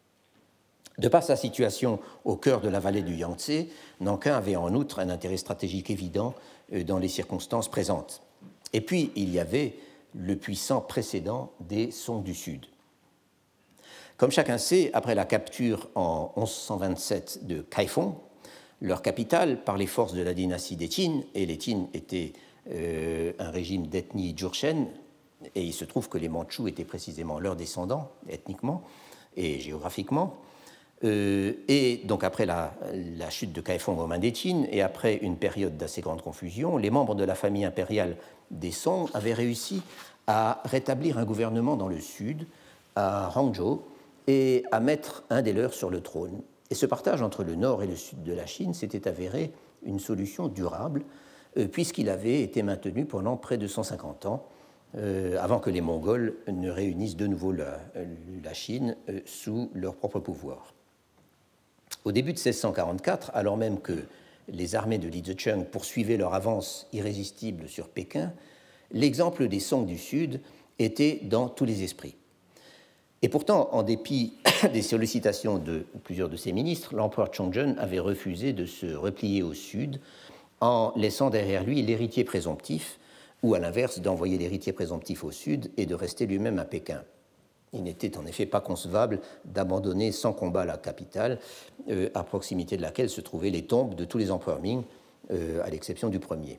Speaker 2: De par sa situation au cœur de la vallée du Yangtze, Nankin avait en outre un intérêt stratégique évident dans les circonstances présentes. Et puis, il y avait le puissant précédent des Song du Sud. Comme chacun sait, après la capture en onze cent vingt-sept de Kaifeng, leur capitale, par les forces de la dynastie des Qin, et les Qin étaient euh, un régime d'ethnie Jurchen, et il se trouve que les Mandchous étaient précisément leurs descendants, ethniquement et géographiquement. Euh, et donc après la, la chute de Kaifeng aux mains des Qin, et après une période d'assez grande confusion, les membres de la famille impériale des Song avaient réussi à rétablir un gouvernement dans le sud, à Hangzhou, et à mettre un des leurs sur le trône. Et ce partage entre le nord et le sud de la Chine s'était avéré une solution durable, euh, puisqu'il avait été maintenu pendant près de cent cinquante ans, euh, avant que les Mongols ne réunissent de nouveau la, la Chine euh, sous leur propre pouvoir. Au début de seize cent quarante-quatre, alors même que les armées de Li Zicheng poursuivaient leur avance irrésistible sur Pékin, l'exemple des Song du Sud était dans tous les esprits. Et pourtant, en dépit des sollicitations de plusieurs de ses ministres, l'empereur Chongzhen avait refusé de se replier au sud en laissant derrière lui l'héritier présomptif, ou à l'inverse d'envoyer l'héritier présomptif au sud et de rester lui-même à Pékin. Il n'était en effet pas concevable d'abandonner sans combat la capitale, euh, à proximité de laquelle se trouvaient les tombes de tous les empereurs Ming, euh, à l'exception du premier.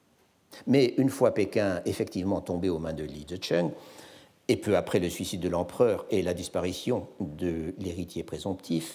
Speaker 2: Mais une fois Pékin effectivement tombé aux mains de Li Zicheng, et peu après le suicide de l'empereur et la disparition de l'héritier présomptif,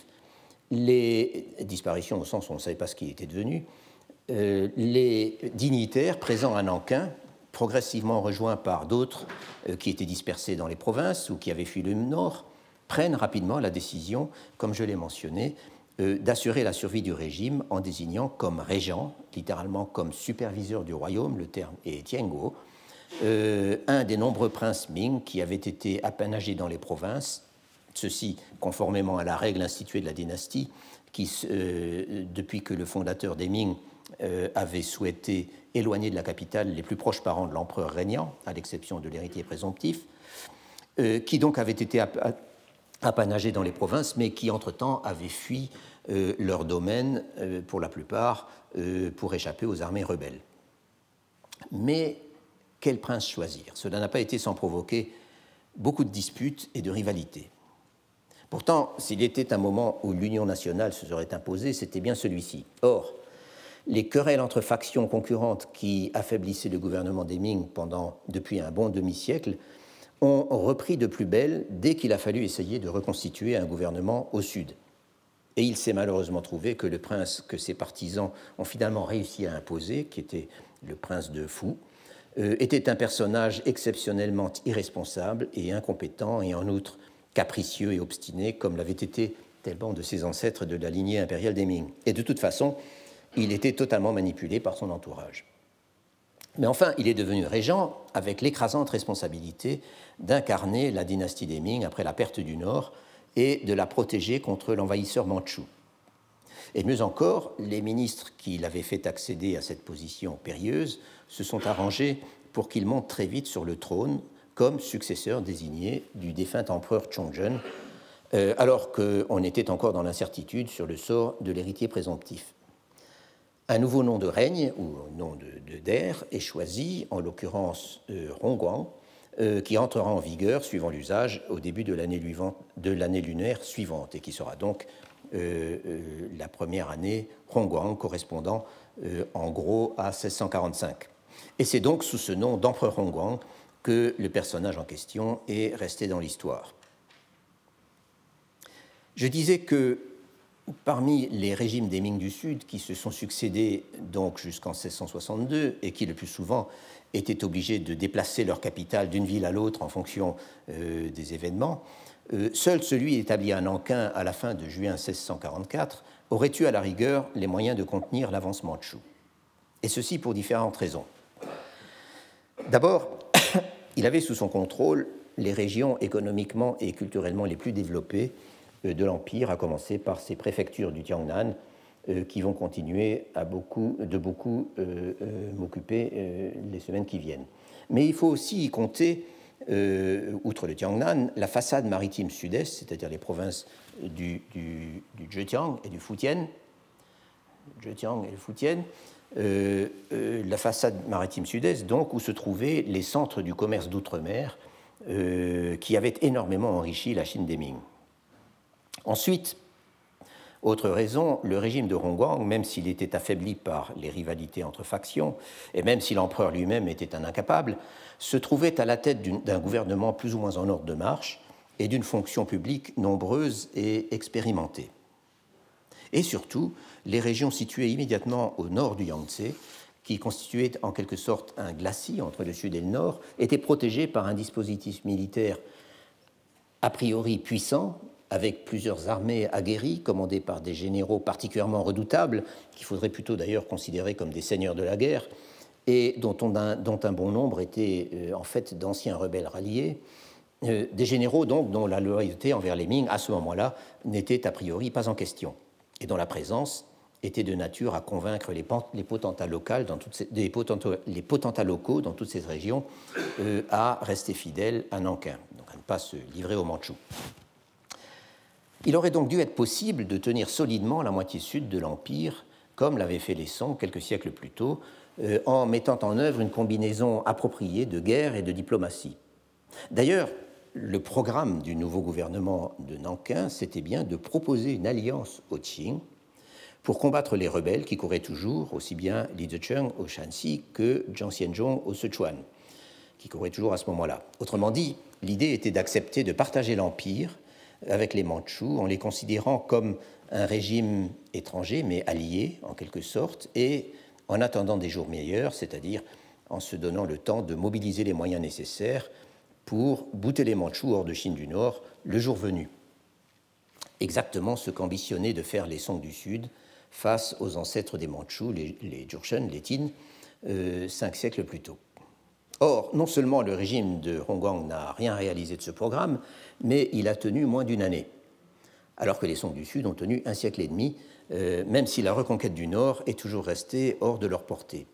Speaker 2: les disparitions au sens où on ne savait pas ce qu'il était devenu, euh, les dignitaires présents à Nankin, progressivement rejoints par d'autres euh, qui étaient dispersés dans les provinces ou qui avaient fui le nord, prennent rapidement la décision, comme je l'ai mentionné, euh, d'assurer la survie du régime en désignant comme régent, littéralement comme superviseur du royaume, le terme est Tianguo, Euh, un des nombreux princes Ming qui avaient été apanagés dans les provinces, ceci conformément à la règle instituée de la dynastie, qui, euh, depuis que le fondateur des Ming euh, avait souhaité éloigner de la capitale les plus proches parents de l'empereur régnant, à l'exception de l'héritier présomptif, euh, qui donc avaient été ap- apanagés dans les provinces, mais qui entre-temps avaient fui euh, leur domaine, euh, pour la plupart, euh, pour échapper aux armées rebelles. Mais quel prince choisir? Cela n'a pas été sans provoquer beaucoup de disputes et de rivalités. Pourtant, s'il était un moment où l'union nationale se serait imposée, c'était bien celui-ci. Or, les querelles entre factions concurrentes qui affaiblissaient le gouvernement des Ming pendant, depuis un bon demi-siècle ont repris de plus belle dès qu'il a fallu essayer de reconstituer un gouvernement au sud. Et il s'est malheureusement trouvé que le prince que ses partisans ont finalement réussi à imposer, qui était le prince de Fu, était un personnage exceptionnellement irresponsable et incompétent et en outre capricieux et obstiné comme l'avait été tellement de ses ancêtres de la lignée impériale des Ming. Et de toute façon, il était totalement manipulé par son entourage. Mais enfin, il est devenu régent avec l'écrasante responsabilité d'incarner la dynastie des Ming après la perte du Nord et de la protéger contre l'envahisseur mandchou. Et mieux encore, les ministres qui l'avaient fait accéder à cette position périlleuse se sont arrangés pour qu'il monte très vite sur le trône comme successeur désigné du défunt empereur Chongzhen, euh, alors qu'on était encore dans l'incertitude sur le sort de l'héritier présomptif. Un nouveau nom de règne, ou nom de, de d'ère, est choisi, en l'occurrence euh, Rongguang, euh, qui entrera en vigueur, suivant l'usage, au début de l'année, de l'année lunaire suivante, et qui sera donc euh, euh, la première année Rongguang, correspondant euh, en gros à seize cent quarante-cinq. Et c'est donc sous ce nom d'empereur Rongguang que le personnage en question est resté dans l'histoire. Je disais que parmi les régimes des Ming du Sud qui se sont succédés donc jusqu'en seize cent soixante-deux et qui le plus souvent étaient obligés de déplacer leur capitale d'une ville à l'autre en fonction euh, des événements, euh, seul celui établi à Nankin à la fin de juin seize cent quarante-quatre aurait eu à la rigueur les moyens de contenir l'avance mandchoue. Et ceci pour différentes raisons. D'abord, il avait sous son contrôle les régions économiquement et culturellement les plus développées de l'Empire, à commencer par ces préfectures du Tiangnan, euh, qui vont continuer à beaucoup, de beaucoup euh, euh, m'occuper euh, les semaines qui viennent. Mais il faut aussi y compter, euh, outre le Tiangnan, la façade maritime sud-est, c'est-à-dire les provinces du, du, du Zhejiang et du Fujian, Zhejiang et le Fujian, euh, euh, la façade maritime sud-est, donc, où se trouvaient les centres du commerce d'outre-mer, euh, qui avaient énormément enrichi la Chine des Ming. Ensuite, autre raison, le régime de Rongguang, même s'il était affaibli par les rivalités entre factions, et même si l'empereur lui-même était un incapable, se trouvait à la tête d'un gouvernement plus ou moins en ordre de marche et d'une fonction publique nombreuse et expérimentée. Et surtout, les régions situées immédiatement au nord du Yangtze, qui constituaient en quelque sorte un glacis entre le sud et le nord, étaient protégées par un dispositif militaire a priori puissant, avec plusieurs armées aguerries, commandées par des généraux particulièrement redoutables, qu'il faudrait plutôt d'ailleurs considérer comme des seigneurs de la guerre, et dont, on a, dont un bon nombre étaient euh, en fait d'anciens rebelles ralliés, euh, des généraux donc dont la loyauté envers les Ming, à ce moment-là, n'était a priori pas en question, et dont la présence était de nature à convaincre les, les, potentats, locales dans toutes ces, les, potentats, les potentats locaux dans toutes ces régions euh, à rester fidèles à Nankin, donc à ne pas se livrer aux Mandchous. Il aurait donc dû être possible de tenir solidement la moitié sud de l'Empire, comme l'avaient fait les Song quelques siècles plus tôt, euh, en mettant en œuvre une combinaison appropriée de guerre et de diplomatie. D'ailleurs, le programme du nouveau gouvernement de Nankin, c'était bien de proposer une alliance au Qing pour combattre les rebelles qui couraient toujours, aussi bien Li Zicheng au Shanxi que Jiang Xianzhong au Sichuan, qui couraient toujours à ce moment-là. Autrement dit, l'idée était d'accepter de partager l'Empire avec les Mandchous, en les considérant comme un régime étranger, mais allié en quelque sorte, et en attendant des jours meilleurs, c'est-à-dire en se donnant le temps de mobiliser les moyens nécessaires pour bouter les Mandchous hors de Chine du Nord le jour venu. Exactement ce qu'ambitionnaient de faire les Song du Sud face aux ancêtres des Mandchous, les, les Jurchen, les Tin, euh, cinq siècles plus tôt. Or, non seulement le régime de Rongguang n'a rien réalisé de ce programme, mais il a tenu moins d'une année, alors que les Song du Sud ont tenu un siècle et demi, euh, même si la reconquête du Nord est toujours restée hors de leur portée.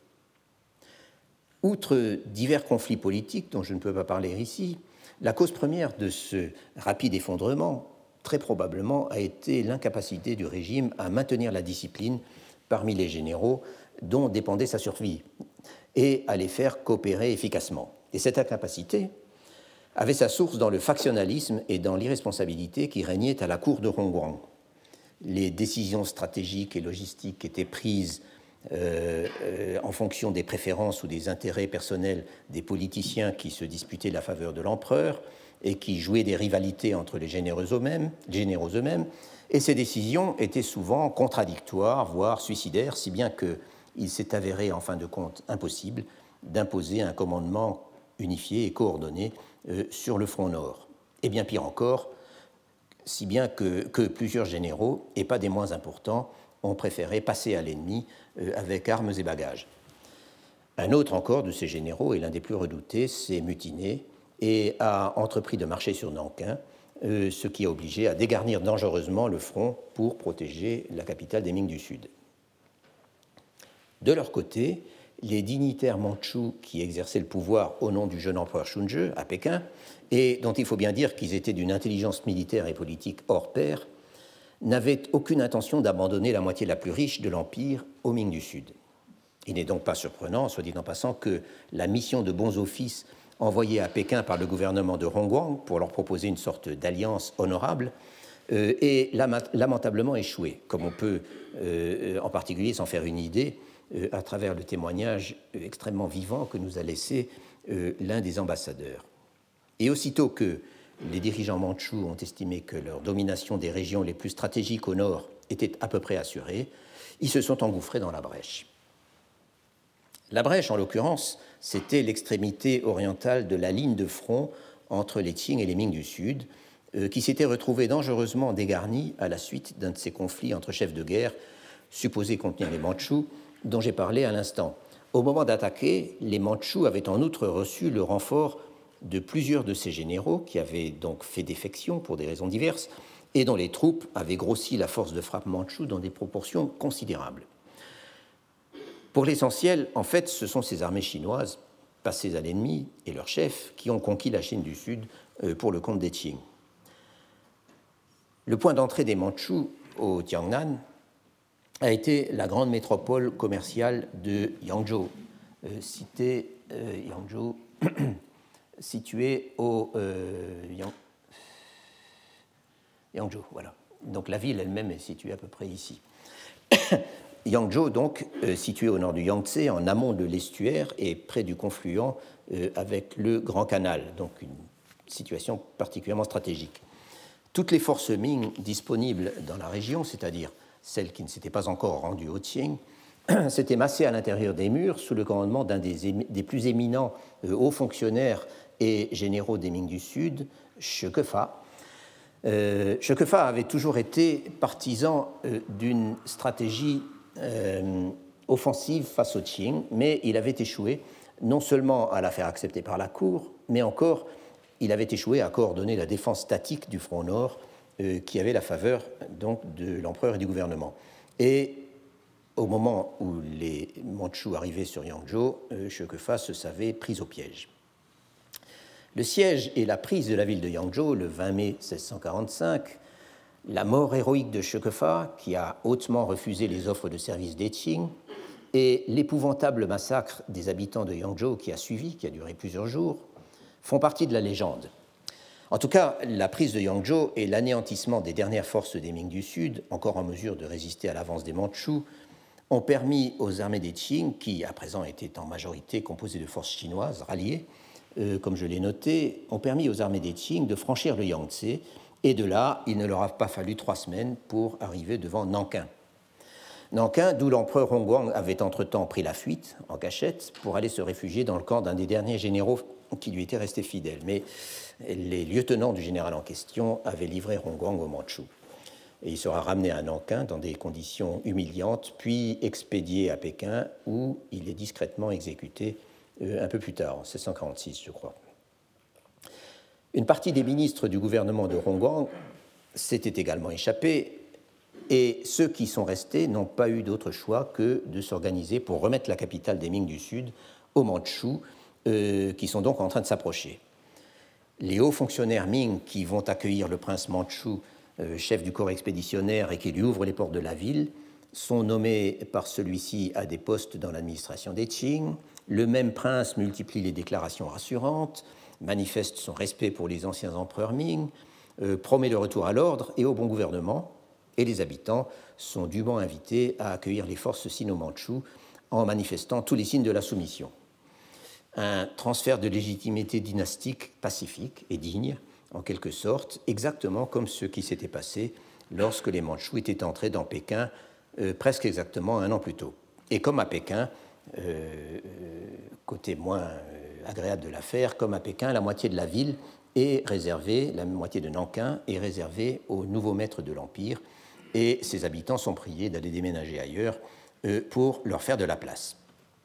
Speaker 2: Outre divers conflits politiques dont je ne peux pas parler ici, la cause première de ce rapide effondrement, très probablement, a été l'incapacité du régime à maintenir la discipline parmi les généraux dont dépendait sa survie, et à les faire coopérer efficacement. Et cette incapacité avait sa source dans le factionnalisme et dans l'irresponsabilité qui régnait à la cour de Rongguang. Les décisions stratégiques et logistiques étaient prises euh, euh, en fonction des préférences ou des intérêts personnels des politiciens qui se disputaient la faveur de l'empereur et qui jouaient des rivalités entre les généraux eux-mêmes, les généraux eux-mêmes, et ces décisions étaient souvent contradictoires, voire suicidaires, si bien que il s'est avéré en fin de compte impossible d'imposer un commandement unifié et coordonné euh, sur le front nord. Et bien pire encore, si bien que, que plusieurs généraux, et pas des moins importants, ont préféré passer à l'ennemi euh, avec armes et bagages. Un autre encore de ces généraux, et l'un des plus redoutés, s'est mutiné et a entrepris de marcher sur Nankin, euh, ce qui a obligé à dégarnir dangereusement le front pour protéger la capitale des Ming du Sud. De leur côté, les dignitaires mandchous qui exerçaient le pouvoir au nom du jeune empereur Shunzhe à Pékin, et dont il faut bien dire qu'ils étaient d'une intelligence militaire et politique hors pair, n'avaient aucune intention d'abandonner la moitié la plus riche de l'Empire aux Ming du Sud. Il n'est donc pas surprenant, soit dit en passant, que la mission de bons offices envoyée à Pékin par le gouvernement de Hongguang pour leur proposer une sorte d'alliance honorable euh, ait lamentablement échoué, comme on peut euh, en particulier s'en faire une idée euh, à travers le témoignage extrêmement vivant que nous a laissé euh, l'un des ambassadeurs. Et aussitôt que les dirigeants mandchous ont estimé que leur domination des régions les plus stratégiques au nord était à peu près assurée, ils se sont engouffrés dans la brèche. La brèche, en l'occurrence, c'était l'extrémité orientale de la ligne de front entre les Qing et les Ming du Sud, euh, qui s'était retrouvée dangereusement dégarnie à la suite d'un de ces conflits entre chefs de guerre supposés contenir les Mandchous, dont j'ai parlé à l'instant. Au moment d'attaquer, les Mandchous avaient en outre reçu le renfort de plusieurs de ces généraux, qui avaient donc fait défection pour des raisons diverses, et dont les troupes avaient grossi la force de frappe mandchoue dans des proportions considérables. Pour l'essentiel, en fait, ce sont ces armées chinoises, passées à l'ennemi, et leurs chefs, qui ont conquis la Chine du Sud pour le compte des Qing. Le point d'entrée des Mandchous au Tiangnan a été la grande métropole commerciale de Yangzhou, euh, cité euh, Yangzhou, située au euh, Yang... Yangzhou, voilà. Donc la ville elle-même est située à peu près ici. Yangzhou, donc, euh, situé au nord du Yangtze, en amont de l'estuaire et près du confluent euh, avec le Grand Canal, donc une situation particulièrement stratégique. Toutes les forces Ming disponibles dans la région, c'est-à-dire celles qui ne s'étaient pas encore rendues au Qing, s'étaient massées à l'intérieur des murs sous le commandement d'un des, émi- des plus éminents euh, hauts fonctionnaires et généraux des Ming du Sud, She Kefa. Euh, She Kefa avait toujours été partisan euh, d'une stratégie euh, offensive face au Qing, mais il avait échoué non seulement à la faire accepter par la cour, mais encore il avait échoué à coordonner la défense statique du front nord euh, qui avait la faveur donc, de l'empereur et du gouvernement. Et au moment où les Mandchous arrivaient sur Yangzhou, euh, She Kefa se savait prise au piège. Le siège et la prise de la ville de Yangzhou le vingt mai mille six cent quarante-cinq, la mort héroïque de She Kefa, qui a hautement refusé les offres de service des Qing, et l'épouvantable massacre des habitants de Yangzhou qui a suivi, qui a duré plusieurs jours, font partie de la légende. En tout cas, la prise de Yangzhou et l'anéantissement des dernières forces des Ming du Sud, encore en mesure de résister à l'avance des Mandchous, ont permis aux armées des Qing, qui à présent étaient en majorité composées de forces chinoises ralliées, euh, comme je l'ai noté, ont permis aux armées des Qing de franchir le Yangtze, et de là, il ne leur a pas fallu trois semaines pour arriver devant Nankin. Nankin, d'où l'empereur Hongguang avait entre-temps pris la fuite en cachette pour aller se réfugier dans le camp d'un des derniers généraux qui lui était resté fidèle. Mais les lieutenants du général en question avaient livré Hongguang aux Mandchous. Et il sera ramené à Nankin dans des conditions humiliantes, puis expédié à Pékin, où il est discrètement exécuté euh, un peu plus tard, en mille sept cent quarante-six, je crois. Une partie des ministres du gouvernement de Hongguang s'était également échappée, et ceux qui sont restés n'ont pas eu d'autre choix que de s'organiser pour remettre la capitale des Ming du Sud aux Mandchous, euh, qui sont donc en train de s'approcher. Les hauts fonctionnaires Ming qui vont accueillir le prince mandchou, euh, chef du corps expéditionnaire, et qui lui ouvrent les portes de la ville, sont nommés par celui-ci à des postes dans l'administration des Qing. Le même prince multiplie les déclarations rassurantes, manifeste son respect pour les anciens empereurs Ming, euh, promet le retour à l'ordre et au bon gouvernement, et les habitants sont dûment invités à accueillir les forces sino-mandchous en manifestant tous les signes de la soumission. Un transfert de légitimité dynastique pacifique et digne, en quelque sorte, exactement comme ce qui s'était passé lorsque les Mandchous étaient entrés dans Pékin euh, presque exactement un an plus tôt. Et comme à Pékin, euh, côté moins euh, agréable de l'affaire, comme à Pékin, la moitié de la ville est réservée, la moitié de Nankin est réservée aux nouveaux maîtres de l'Empire, et ses habitants sont priés d'aller déménager ailleurs euh, pour leur faire de la place.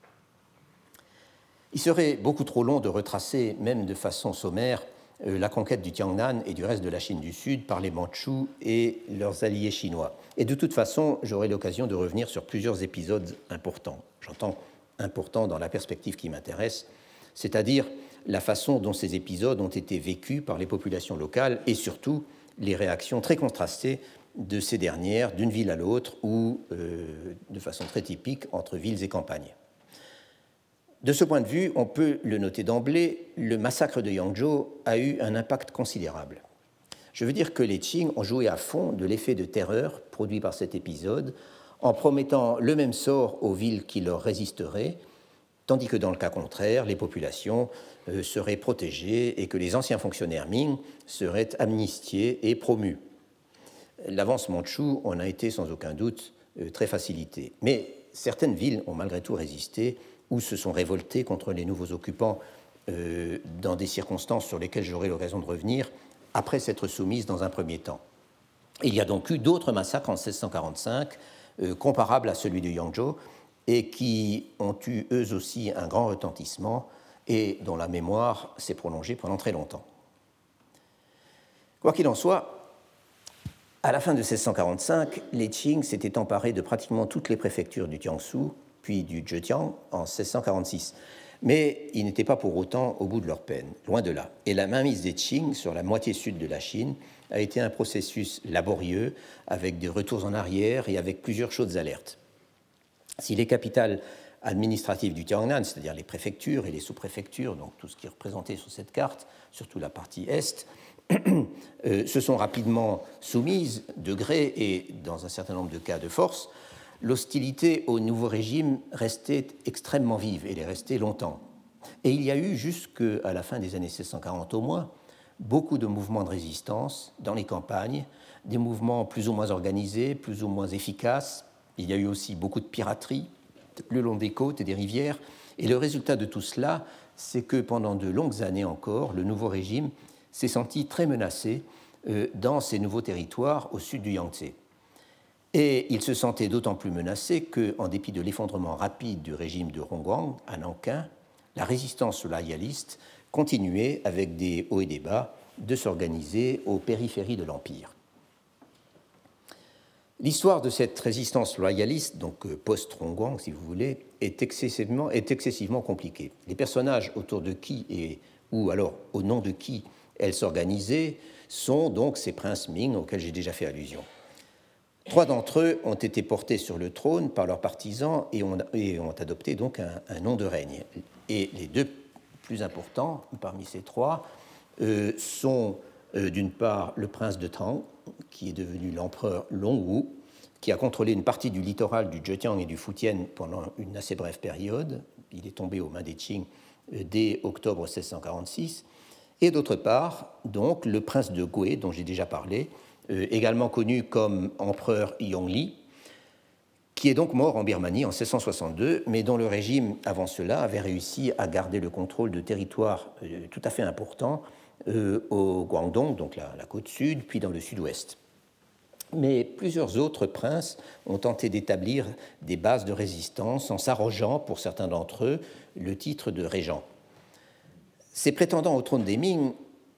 Speaker 2: Il serait beaucoup trop long de retracer, même de façon sommaire, euh, la conquête du Tiangnan et du reste de la Chine du Sud par les Mandchous et leurs alliés chinois. Et de toute façon, j'aurai l'occasion de revenir sur plusieurs épisodes importants. J'entends importants dans la perspective qui m'intéresse, c'est-à-dire la façon dont ces épisodes ont été vécus par les populations locales et surtout les réactions très contrastées de ces dernières d'une ville à l'autre ou, euh, de façon très typique, entre villes et campagnes. De ce point de vue, on peut le noter d'emblée, le massacre de Yangzhou a eu un impact considérable. Je veux dire que les Qing ont joué à fond de l'effet de terreur produit par cet épisode en promettant le même sort aux villes qui leur résisteraient, tandis que dans le cas contraire, les populations euh, seraient protégées et que les anciens fonctionnaires Ming seraient amnistiés et promus. L'avance mandchoue en a été sans aucun doute euh, très facilitée. Mais certaines villes ont malgré tout résisté ou se sont révoltées contre les nouveaux occupants euh, dans des circonstances sur lesquelles j'aurai l'occasion de revenir après s'être soumises dans un premier temps. Il y a donc eu d'autres massacres en seize cent quarante-cinq euh, comparables à celui de Yangzhou et qui ont eu eux aussi un grand retentissement et dont la mémoire s'est prolongée pendant très longtemps. Quoi qu'il en soit, à la fin de seize cent quarante-cinq, les Qing s'étaient emparés de pratiquement toutes les préfectures du Jiangsu, puis du Zhejiang en seize cent quarante-six. Mais ils n'étaient pas pour autant au bout de leur peine, loin de là. Et la mainmise des Qing sur la moitié sud de la Chine a été un processus laborieux, avec des retours en arrière et avec plusieurs chaudes alertes. Si les capitales administratives du Tiangnan, c'est-à-dire les préfectures et les sous-préfectures, donc tout ce qui est représenté sur cette carte, surtout la partie est, euh, se sont rapidement soumises de gré et, dans un certain nombre de cas, de force, l'hostilité au nouveau régime restait extrêmement vive et elle est restée longtemps. Et il y a eu, jusqu'à la fin des années seize cent quarante au moins, beaucoup de mouvements de résistance dans les campagnes, des mouvements plus ou moins organisés, plus ou moins efficaces. Il y a eu aussi beaucoup de piraterie le long des côtes et des rivières. Et le résultat de tout cela, c'est que pendant de longues années encore, le nouveau régime s'est senti très menacé euh, dans ces nouveaux territoires au sud du Yangtze. Et il se sentait d'autant plus menacé qu'en dépit de l'effondrement rapide du régime de Rongguang à Nankin, la résistance loyaliste continuait, avec des hauts et des bas, de s'organiser aux périphéries de l'Empire. L'histoire de cette résistance loyaliste, donc post-Rongguang si vous voulez, est excessivement, est excessivement compliquée. Les personnages autour de qui, et, ou alors au nom de qui elle s'organisait, sont donc ces princes Ming auxquels j'ai déjà fait allusion. Trois d'entre eux ont été portés sur le trône par leurs partisans et ont, et ont adopté donc un, un nom de règne. Et les deux plus importants parmi ces trois euh, sont euh, d'une part le prince de Tang, qui est devenu l'empereur Longwu, qui a contrôlé une partie du littoral du Zhejiang et du Fujian pendant une assez brève période. Il est tombé aux mains des Qing euh, dès octobre seize cent quarante-six. Et d'autre part, donc, le prince de Gui, dont j'ai déjà parlé, euh, également connu comme empereur Yongli, qui est donc mort en Birmanie en seize cent soixante-deux, mais dont le régime, avant cela, avait réussi à garder le contrôle de territoires euh, tout à fait importants euh, au Guangdong, donc la, la côte sud, puis dans le sud-ouest. Mais plusieurs autres princes ont tenté d'établir des bases de résistance en s'arrogeant, pour certains d'entre eux, le titre de régent. Ces prétendants au trône des Ming,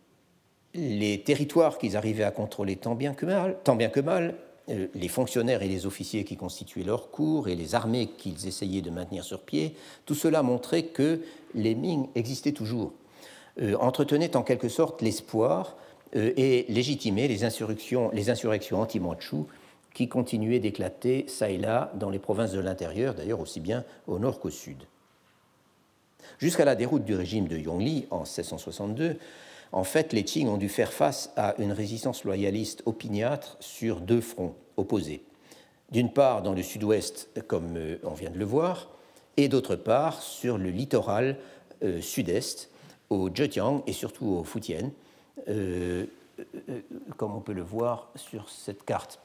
Speaker 2: les territoires qu'ils arrivaient à contrôler tant bien que mal, tant bien que mal les fonctionnaires et les officiers qui constituaient leur cour et les armées qu'ils essayaient de maintenir sur pied, tout cela montrait que les Ming existaient toujours, euh, entretenaient en quelque sorte l'espoir euh, et légitimaient les insurrections, les insurrections anti-mandchoues qui continuaient d'éclater çà et là dans les provinces de l'intérieur, d'ailleurs aussi bien au nord qu'au sud. Jusqu'à la déroute du régime de Yongli en seize cent soixante-deux, en fait, les Qing ont dû faire face à une résistance loyaliste opiniâtre sur deux fronts opposés. D'une part, dans le sud-ouest, comme on vient de le voir, et d'autre part, sur le littoral euh, sud-est, au Zhejiang et surtout au Fujian, euh, euh, comme on peut le voir sur cette carte.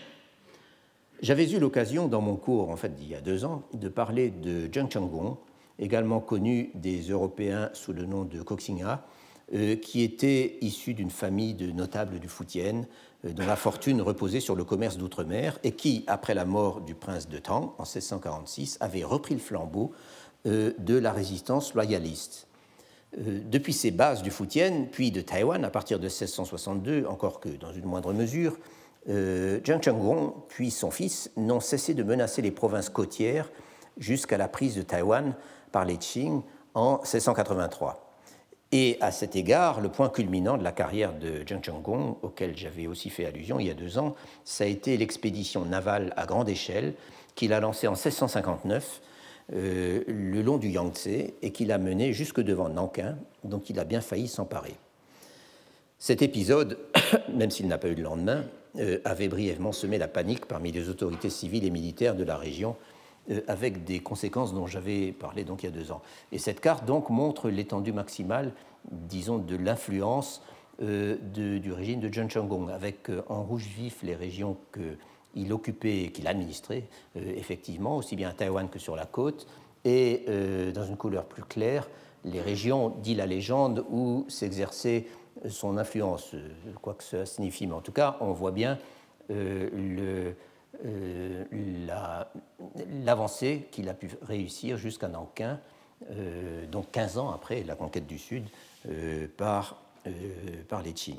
Speaker 2: J'avais eu l'occasion, dans mon cours en fait, d'il y a deux ans, de parler de Zheng Chenggong, également connu des Européens sous le nom de Koxinga, euh, qui était issu d'une famille de notables du Fujian, euh, dont la fortune reposait sur le commerce d'outre-mer, et qui, après la mort du prince de Tang en seize cent quarante-six, avait repris le flambeau euh, de la résistance loyaliste. Euh, depuis ses bases du Fujian, puis de Taïwan, à partir de seize cent soixante-deux, encore que dans une moindre mesure, euh, Zhang Chenggong, puis son fils, n'ont cessé de menacer les provinces côtières jusqu'à la prise de Taïwan par les Qing en seize cent quatre-vingt-trois. Et à cet égard, le point culminant de la carrière de Zhang Chenggong, auquel j'avais aussi fait allusion il y a deux ans, ça a été l'expédition navale à grande échelle qu'il a lancée en seize cent cinquante-neuf euh, le long du Yangtze et qu'il a menée jusque devant Nankin, dont il a bien failli s'emparer. Cet épisode, même s'il n'a pas eu de lendemain, euh, avait brièvement semé la panique parmi les autorités civiles et militaires de la région, euh, avec des conséquences dont j'avais parlé donc il y a deux ans. Et cette carte donc montre l'étendue maximale, disons, de l'influence euh, de, du régime de Zhang Chenggong, avec euh, en rouge vif les régions qu'il occupait et qu'il administrait, euh, effectivement, aussi bien à Taïwan que sur la côte, et euh, dans une couleur plus claire, les régions, dit la légende, où s'exerçait son influence, quoi que cela signifie. Mais en tout cas, on voit bien euh, le, euh, la, l'avancée qu'il a pu réussir jusqu'à Nankin, euh, donc quinze ans après la conquête du Sud euh, par, euh, par les Qing.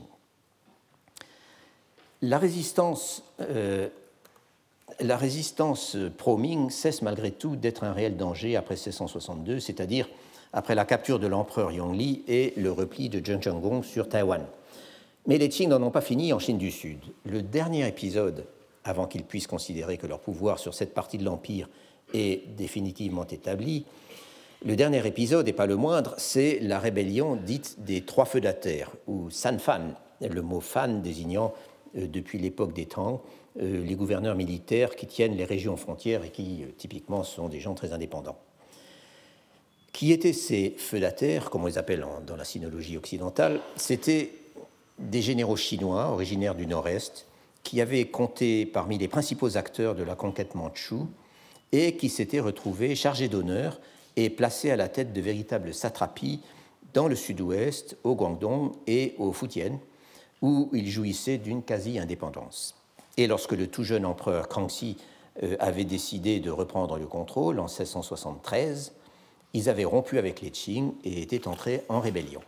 Speaker 2: La résistance, euh, la résistance pro-Ming cesse malgré tout d'être un réel danger après seize cent soixante-deux, c'est-à-dire après la capture de l'empereur Yongli et le repli de Zhang Chenggong sur Taïwan. Mais les Qing n'en ont pas fini en Chine du Sud. Le dernier épisode, avant qu'ils puissent considérer que leur pouvoir sur cette partie de l'Empire est définitivement établi, le dernier épisode, et pas le moindre, c'est la rébellion dite des Trois Feudataires, ou Sanfan, le mot fan désignant, euh, depuis l'époque des Tang, euh, les gouverneurs militaires qui tiennent les régions frontières et qui, euh, typiquement, sont des gens très indépendants. Qui étaient ces feudataires, comme on les appelle en, dans la sinologie occidentale? C'étaient des généraux chinois originaires du Nord-Est qui avaient compté parmi les principaux acteurs de la conquête mandchoue et qui s'étaient retrouvés chargés d'honneur et placés à la tête de véritables satrapies dans le Sud-Ouest, au Guangdong et au Fujian, où ils jouissaient d'une quasi-indépendance. Et lorsque le tout jeune empereur Kangxi euh, avait décidé de reprendre le contrôle en seize cent soixante-treize, ils avaient rompu avec les Qing et étaient entrés en rébellion.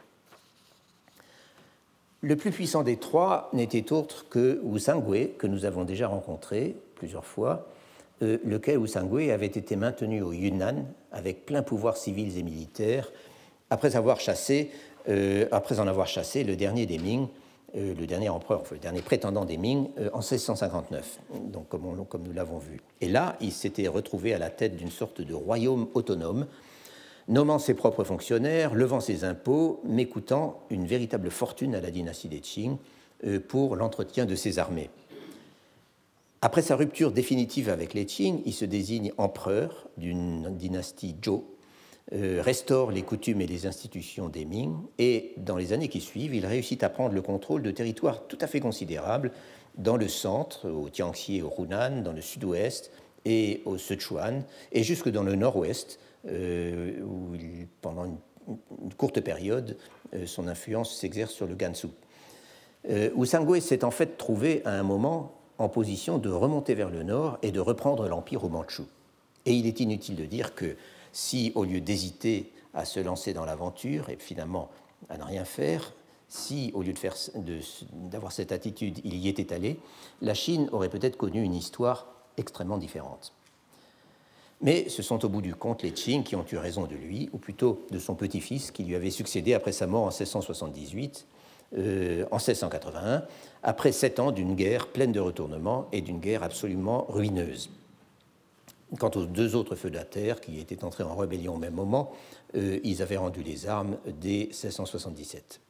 Speaker 2: Le plus puissant des trois n'était autre que Wu Sangui, que nous avons déjà rencontré plusieurs fois, euh, lequel Wu Sangui avait été maintenu au Yunnan avec plein pouvoir civils et militaires, après, avoir chassé, euh, après en avoir chassé le dernier des Ming, euh, le dernier empereur, enfin, le dernier prétendant des Ming, euh, en seize cent cinquante-neuf, donc comme, on, comme nous l'avons vu. Et là, il s'était retrouvé à la tête d'une sorte de royaume autonome, nommant ses propres fonctionnaires, levant ses impôts, mais coûtant une véritable fortune à la dynastie des Qing pour l'entretien de ses armées. Après sa rupture définitive avec les Qing, il se désigne empereur d'une dynastie Zhou, euh, restaure les coutumes et les institutions des Ming, et dans les années qui suivent, il réussit à prendre le contrôle de territoires tout à fait considérables dans le centre, au Jiangxi et au Hunan, dans le sud-ouest et au Sichuan, et jusque dans le nord-ouest, Euh, où il, pendant une, une courte période, euh, son influence s'exerce sur le Gansu. Euh, Wu Sangui s'est en fait trouvé à un moment en position de remonter vers le nord et de reprendre l'empire au Mandchou. Et il est inutile de dire que si, au lieu d'hésiter à se lancer dans l'aventure et finalement à ne rien faire, si, au lieu de faire, de, d'avoir cette attitude, il y était allé, la Chine aurait peut-être connu une histoire extrêmement différente. Mais ce sont au bout du compte les Qing qui ont eu raison de lui, ou plutôt de son petit-fils qui lui avait succédé après sa mort en seize cent soixante-dix-huit, euh, en seize cent quatre-vingt-un, après sept ans d'une guerre pleine de retournements et d'une guerre absolument ruineuse. Quant aux deux autres feudataires qui étaient entrés en rébellion au même moment, euh, ils avaient rendu les armes dès seize cent soixante-dix-sept.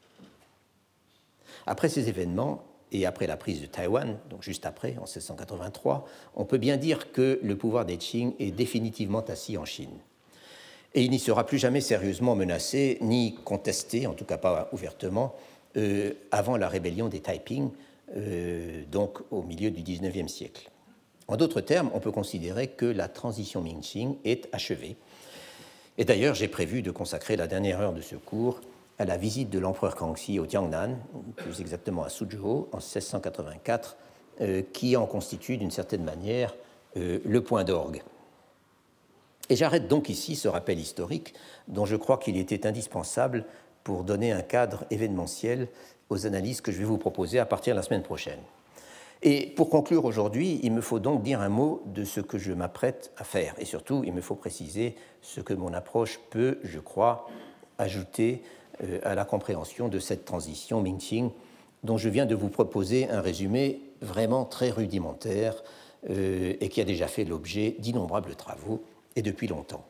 Speaker 2: Après ces événements, et après la prise de Taïwan, donc juste après, en seize cent quatre-vingt-trois, on peut bien dire que le pouvoir des Qing est définitivement assis en Chine. Et il n'y sera plus jamais sérieusement menacé, ni contesté, en tout cas pas ouvertement, euh, avant la rébellion des Taiping, euh, donc au milieu du dix-neuvième siècle. En d'autres termes, on peut considérer que la transition Ming-Qing est achevée Et d'ailleurs, j'ai prévu de consacrer la dernière heure de ce cours à la visite de l'empereur Kangxi au Jiangnan, plus exactement à Suzhou, en seize cent quatre-vingt-quatre, euh, qui en constitue d'une certaine manière euh, le point d'orgue. Et j'arrête donc ici ce rappel historique dont je crois qu'il était indispensable pour donner un cadre événementiel aux analyses que je vais vous proposer à partir de la semaine prochaine. Et pour conclure aujourd'hui, il me faut donc dire un mot de ce que je m'apprête à faire. Et surtout, il me faut préciser ce que mon approche peut, je crois, ajouter euh, à la compréhension de cette transition Ming-Qing, dont je viens de vous proposer un résumé vraiment très rudimentaire euh, et qui a déjà fait l'objet d'innombrables travaux, et depuis longtemps.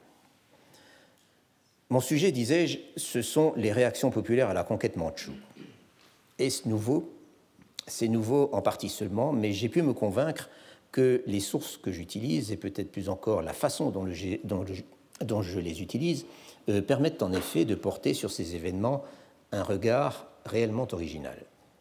Speaker 2: Mon sujet, disais-je, ce sont les réactions populaires à la conquête mandchoue. Est-ce nouveau ? C'est nouveau en partie seulement, mais j'ai pu me convaincre que les sources que j'utilise, et peut-être plus encore la façon dont, le, dont, le, dont je les utilise, euh, permettent en effet de porter sur ces événements un regard réellement original.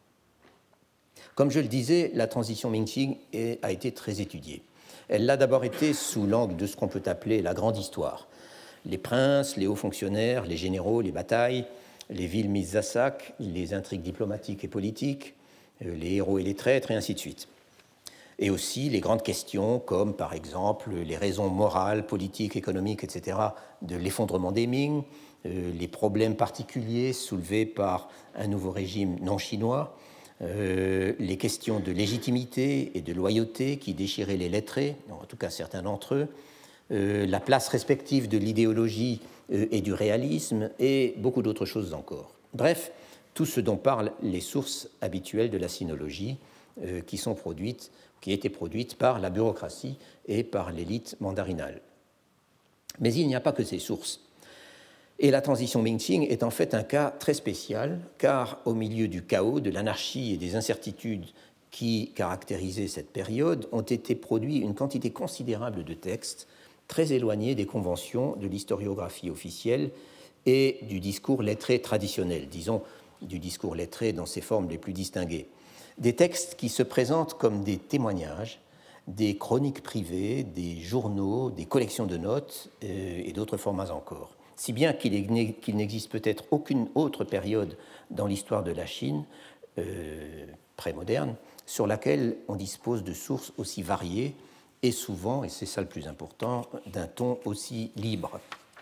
Speaker 2: Comme je le disais, la transition Ming-Qing a été très étudiée. Elle l'a d'abord été sous l'angle de ce qu'on peut appeler la grande histoire. Les princes, les hauts fonctionnaires, les généraux, les batailles, les villes mises à sac, les intrigues diplomatiques et politiques, les héros et les traîtres, et ainsi de suite. Et aussi les grandes questions comme, par exemple, les raisons morales, politiques, économiques, et cetera de l'effondrement des Ming, les problèmes particuliers soulevés par un nouveau régime non chinois, Euh, les questions de légitimité et de loyauté qui déchiraient les lettrés, en tout cas certains d'entre eux, euh, la place respective de l'idéologie euh, et du réalisme, et beaucoup d'autres choses encore. Bref, tout ce dont parlent les sources habituelles de la sinologie euh, qui sont produites, qui étaient produites par la bureaucratie et par l'élite mandarinale. Mais il n'y a pas que ces sources. Et la transition Ming-Qing est en fait un cas très spécial, car au milieu du chaos, de l'anarchie et des incertitudes qui caractérisaient cette période, ont été produits une quantité considérable de textes très éloignés des conventions de l'historiographie officielle et du discours lettré traditionnel, disons du discours lettré dans ses formes les plus distinguées. Des textes qui se présentent comme des témoignages, des chroniques privées, des journaux, des collections de notes euh, et d'autres formats encore. Si bien qu'il n'existe peut-être aucune autre période dans l'histoire de la Chine euh, pré-moderne sur laquelle on dispose de sources aussi variées et souvent, et c'est ça le plus important, d'un ton aussi libre.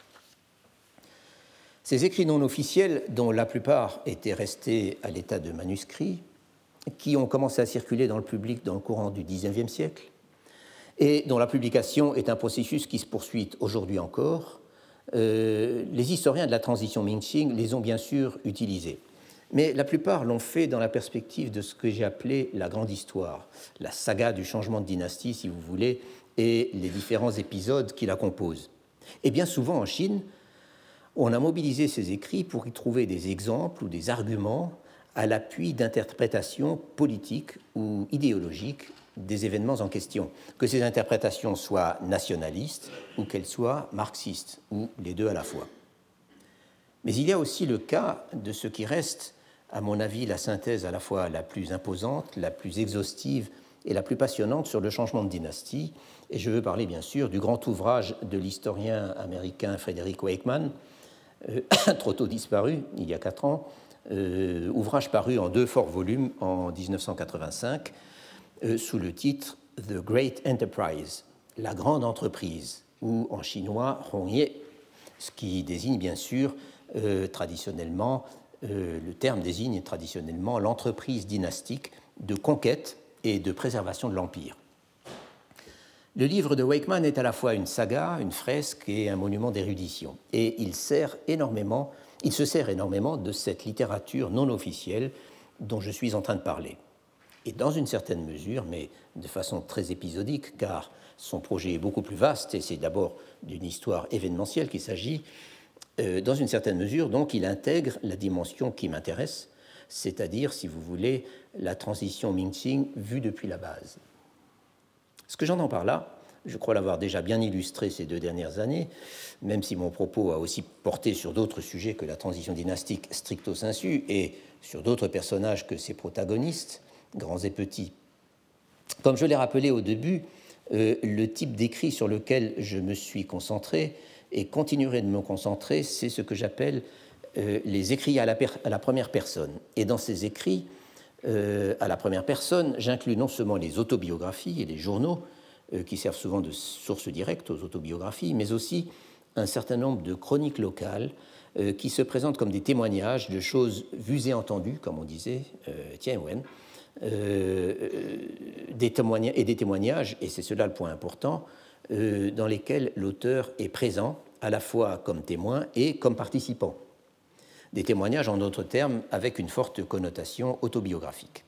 Speaker 2: Ces écrits non officiels, dont la plupart étaient restés à l'état de manuscrits, qui ont commencé à circuler dans le public dans le courant du dix-neuvième siècle, et dont la publication est un processus qui se poursuit aujourd'hui encore, Euh, les historiens de la transition Ming-Qing les ont bien sûr utilisés. Mais la plupart l'ont fait dans la perspective de ce que j'ai appelé la grande histoire, la saga du changement de dynastie, si vous voulez, et les différents épisodes qui la composent. Et bien souvent en Chine, on a mobilisé ces écrits pour y trouver des exemples ou des arguments à l'appui d'interprétations politiques ou idéologiques des événements en question, que ces interprétations soient nationalistes ou qu'elles soient marxistes, ou les deux à la fois. Mais il y a aussi le cas de ce qui reste, à mon avis, la synthèse à la fois la plus imposante, la plus exhaustive et la plus passionnante sur le changement de dynastie, et je veux parler bien sûr du grand ouvrage de l'historien américain Frederick Wakeman, euh, trop tôt disparu, il y a quatre ans, euh, ouvrage paru en deux forts volumes en dix-neuf cent quatre-vingt-cinq, Euh, sous le titre « The Great Enterprise », la grande entreprise, ou en chinois « Hongye », ce qui désigne bien sûr euh, traditionnellement, euh, le terme désigne traditionnellement l'entreprise dynastique de conquête et de préservation de l'Empire. Le livre de Wakeman est à la fois une saga, une fresque et un monument d'érudition, et il, sert énormément, il se sert énormément de cette littérature non officielle dont je suis en train de parler. Et dans une certaine mesure, mais de façon très épisodique, car son projet est beaucoup plus vaste, et c'est d'abord d'une histoire événementielle qu'il s'agit, euh, dans une certaine mesure, donc, il intègre la dimension qui m'intéresse, c'est-à-dire, si vous voulez, la transition Ming-Qing vue depuis la base. Ce que j'entends par là, je crois l'avoir déjà bien illustré ces deux dernières années, même si mon propos a aussi porté sur d'autres sujets que la transition dynastique stricto sensu, et sur d'autres personnages que ses protagonistes, grands et petits. Comme je l'ai rappelé au début, euh, le type d'écrit sur lequel je me suis concentré et continuerai de me concentrer, c'est ce que j'appelle euh, les écrits à la, per- à la première personne. Et dans ces écrits euh, à la première personne, j'inclus non seulement les autobiographies et les journaux, euh, qui servent souvent de source directe aux autobiographies, mais aussi un certain nombre de chroniques locales euh, qui se présentent comme des témoignages de choses vues et entendues, comme on disait, euh, tiens, Wen, euh, des témoignages, et des témoignages, et c'est cela le point important, euh, dans lesquels l'auteur est présent à la fois comme témoin et comme participant. Des témoignages, en d'autres termes, avec une forte connotation autobiographique.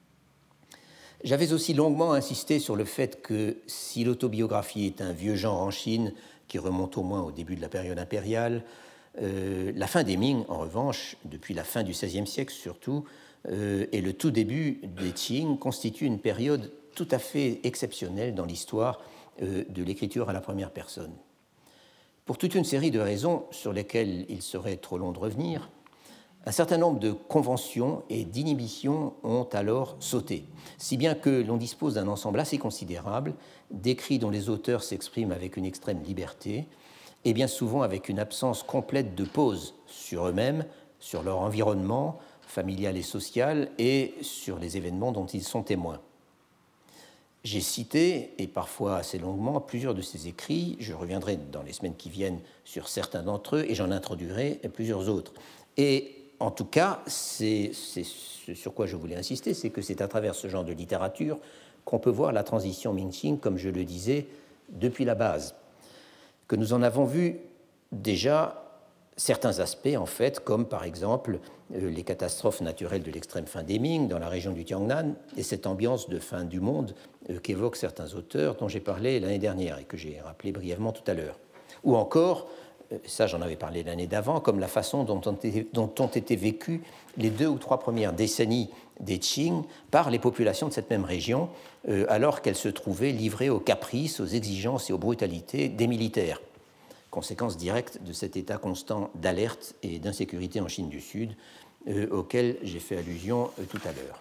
Speaker 2: J'avais aussi longuement insisté sur le fait que si l'autobiographie est un vieux genre en Chine qui remonte au moins au début de la période impériale, euh, la fin des Ming, en revanche, depuis la fin du seizième siècle surtout, euh, et le tout début des Qing constitue une période tout à fait exceptionnelle dans l'histoire euh, de l'écriture à la première personne. Pour toute une série de raisons sur lesquelles il serait trop long de revenir, un certain nombre de conventions et d'inhibitions ont alors sauté, si bien que l'on dispose d'un ensemble assez considérable d'écrits dont les auteurs s'expriment avec une extrême liberté et bien souvent avec une absence complète de pause sur eux-mêmes, sur leur environnement familial et social et sur les événements dont ils sont témoins. J'ai cité, et parfois assez longuement, plusieurs de ces écrits. Je reviendrai dans les semaines qui viennent sur certains d'entre eux et j'en introduirai plusieurs autres. Et en tout cas, c'est, c'est ce sur quoi je voulais insister, c'est que c'est à travers ce genre de littérature qu'on peut voir la transition Ming-Qing, comme je le disais, depuis la base. Que nous en avons vu déjà certains aspects, en fait, comme par exemple euh, les catastrophes naturelles de l'extrême fin des Ming dans la région du Tiangnan et cette ambiance de fin du monde euh, qu'évoquent certains auteurs dont j'ai parlé l'année dernière et que j'ai rappelé brièvement tout à l'heure. Ou encore, euh, ça j'en avais parlé l'année d'avant, comme la façon dont ont, été, dont ont été vécues les deux ou trois premières décennies des Qing par les populations de cette même région, euh, alors qu'elles se trouvaient livrées aux caprices, aux exigences et aux brutalités des militaires. Conséquence directe de cet état constant d'alerte et d'insécurité en Chine du Sud, euh, auquel j'ai fait allusion euh, tout à l'heure.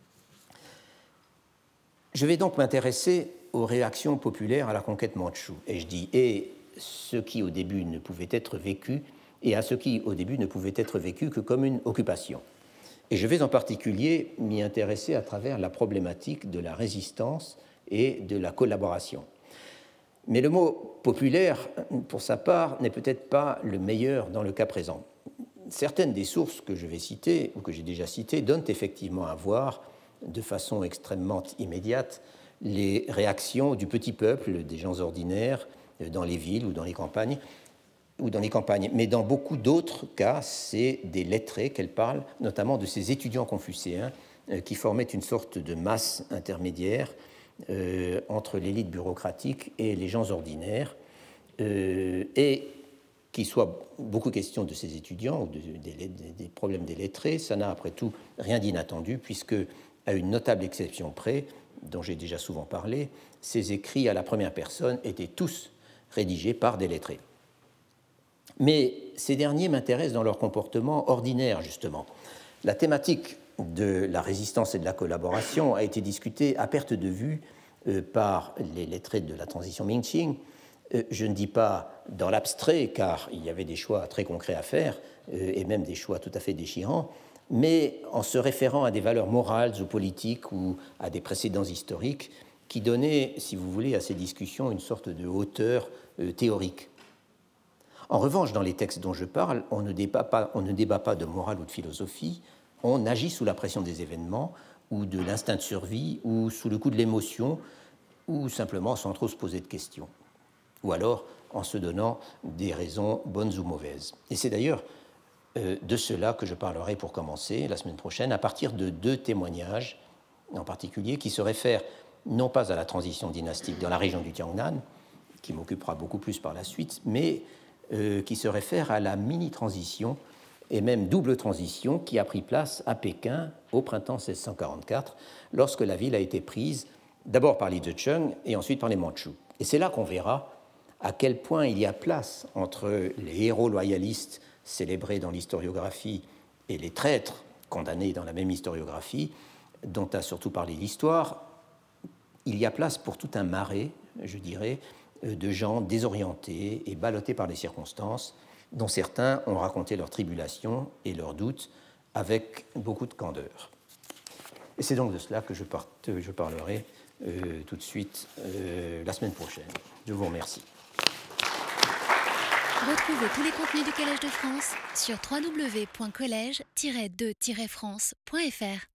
Speaker 2: Je vais donc m'intéresser aux réactions populaires à la conquête mandchoue, et je dis et ce qui au début ne pouvait être vécu, et à ce qui au début ne pouvait être vécu que comme une occupation. Et je vais en particulier m'y intéresser à travers la problématique de la résistance et de la collaboration. Mais le mot populaire, pour sa part, n'est peut-être pas le meilleur dans le cas présent. Certaines des sources que je vais citer, ou que j'ai déjà citées, donnent effectivement à voir, de façon extrêmement immédiate, les réactions du petit peuple, des gens ordinaires, dans les villes ou dans les campagnes, ou dans les campagnes. Mais dans beaucoup d'autres cas, c'est des lettrés qu'elle parle, notamment de ces étudiants confucéens qui formaient une sorte de masse intermédiaire Euh, entre l'élite bureaucratique et les gens ordinaires, euh, et qu'il soit beaucoup question de ces étudiants ou de, de, de, des problèmes des lettrés, ça n'a après tout rien d'inattendu, puisque, à une notable exception près, dont j'ai déjà souvent parlé, ces écrits à la première personne étaient tous rédigés par des lettrés. Mais ces derniers m'intéressent dans leur comportement ordinaire, justement. La thématique de la résistance et de la collaboration a été discutée à perte de vue euh, par les lettrés de la transition Ming-Qing. Euh, je ne dis pas dans l'abstrait, car il y avait des choix très concrets à faire, euh, et même des choix tout à fait déchirants, mais en se référant à des valeurs morales ou politiques ou à des précédents historiques qui donnaient, si vous voulez, à ces discussions une sorte de hauteur euh, théorique. En revanche, dans les textes dont je parle, on ne débat pas, on ne débat pas de morale ou de philosophie. On agit sous la pression des événements ou de l'instinct de survie ou sous le coup de l'émotion ou simplement sans trop se poser de questions. Ou alors en se donnant des raisons bonnes ou mauvaises. Et c'est d'ailleurs euh, de cela que je parlerai pour commencer la semaine prochaine à partir de deux témoignages en particulier qui se réfèrent non pas à la transition dynastique dans la région du Tiangnan, qui m'occupera beaucoup plus par la suite, mais euh, qui se réfèrent à la mini-transition et même double transition qui a pris place à Pékin au printemps seize cent quarante-quatre, lorsque la ville a été prise d'abord par les Zecheng et ensuite par les Mandchous. Et c'est là qu'on verra à quel point il y a place entre les héros loyalistes célébrés dans l'historiographie et les traîtres condamnés dans la même historiographie, dont a surtout parlé l'histoire. Il y a place pour tout un marais, je dirais, de gens désorientés et ballottés par les circonstances, dont certains ont raconté leurs tribulations et leurs doutes avec beaucoup de candeur. Et c'est donc de cela que je, part, je parlerai euh, tout de suite euh, la semaine prochaine. Je vous remercie.
Speaker 1: Retrouvez tous les contenus du Collège de France sur w w w point collège tiret de tiret france point f r.